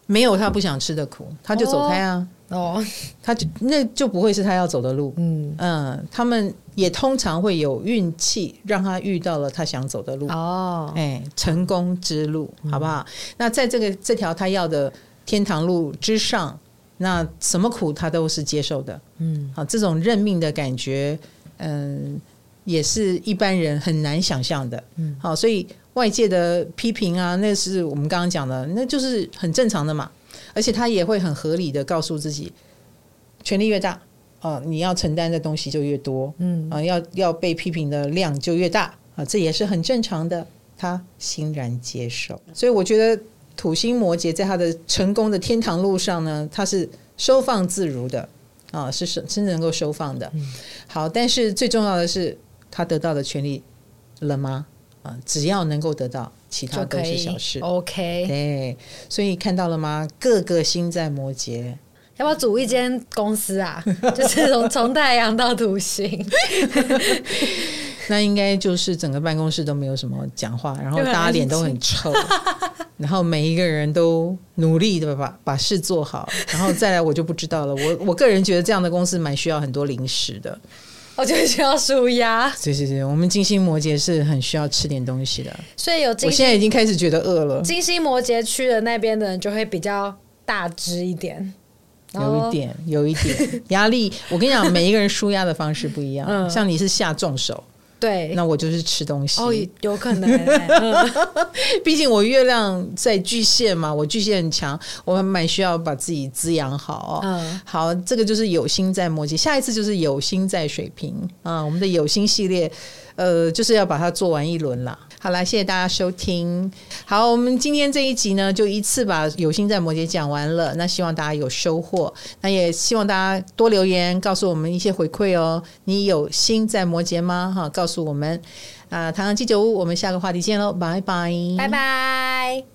没有他不想吃的苦，他就走开啊。哦，他就那就不会是他要走的路。嗯嗯，他们也通常会有运气，让他遇到了他想走的路。哦，哎，成功之路，好不好？嗯、那在这个这条他要的天堂路之上，那什么苦他都是接受的。嗯，好，这种认命的感觉，嗯，也是一般人很难想象的。嗯，好，所以外界的批评啊，那是我们刚刚讲的，那就是很正常的嘛。而且他也会很合理的告诉自己，权力越大，啊，你要承担的东西就越多，嗯，啊，要要被批评的量就越大，啊，这也是很正常的。他欣然接受，所以我觉得土星摩羯在他的成功的天堂路上呢，他是收放自如的，啊，是是能够收放的。嗯、好，但是最重要的是，他得到的权利了吗？啊，只要能够得到。其他都是小事 ，OK， 对，所以看到了吗？各个星在摩羯， 要不要组一间公司啊？就是从从太阳到土星， 那应该就是整个办公室都没有什么讲话，然后大家脸都很臭，然后每一个人都努力的把把事做好，然后再来我就不知道了。我我个人觉得这样的公司蛮需要很多零食的。 我觉得需要舒压。 对对对，我们金星摩羯是很需要吃点东西的， 所以有金星， 我现在已经开始觉得饿了。 金星摩羯区的那边的人就会比较大只一点， 有一点，有一点压力。我跟你讲，每一个人舒压的方式不一样。嗯、像你是下重手。 对， 那我就是吃东西。 哦，有可能、欸嗯、 毕竟我月亮在巨蟹嘛，我巨蟹很强，我蛮需要把自己滋养好、哦嗯、好，这个就是有星在摩羯，下一次就是有星在水瓶啊，我们的有星系列呃，就是要把它做完一轮啦。好啦，谢谢大家收听。好，我们今天这一集呢，就一次把有星在摩羯讲完了。那希望大家有收获，那也希望大家多留言，告诉我们一些回馈哦。你有星在摩羯吗？哈，告诉我们。啊，唐唐鸡酒屋，我们下个话题见喽，拜拜， 拜拜。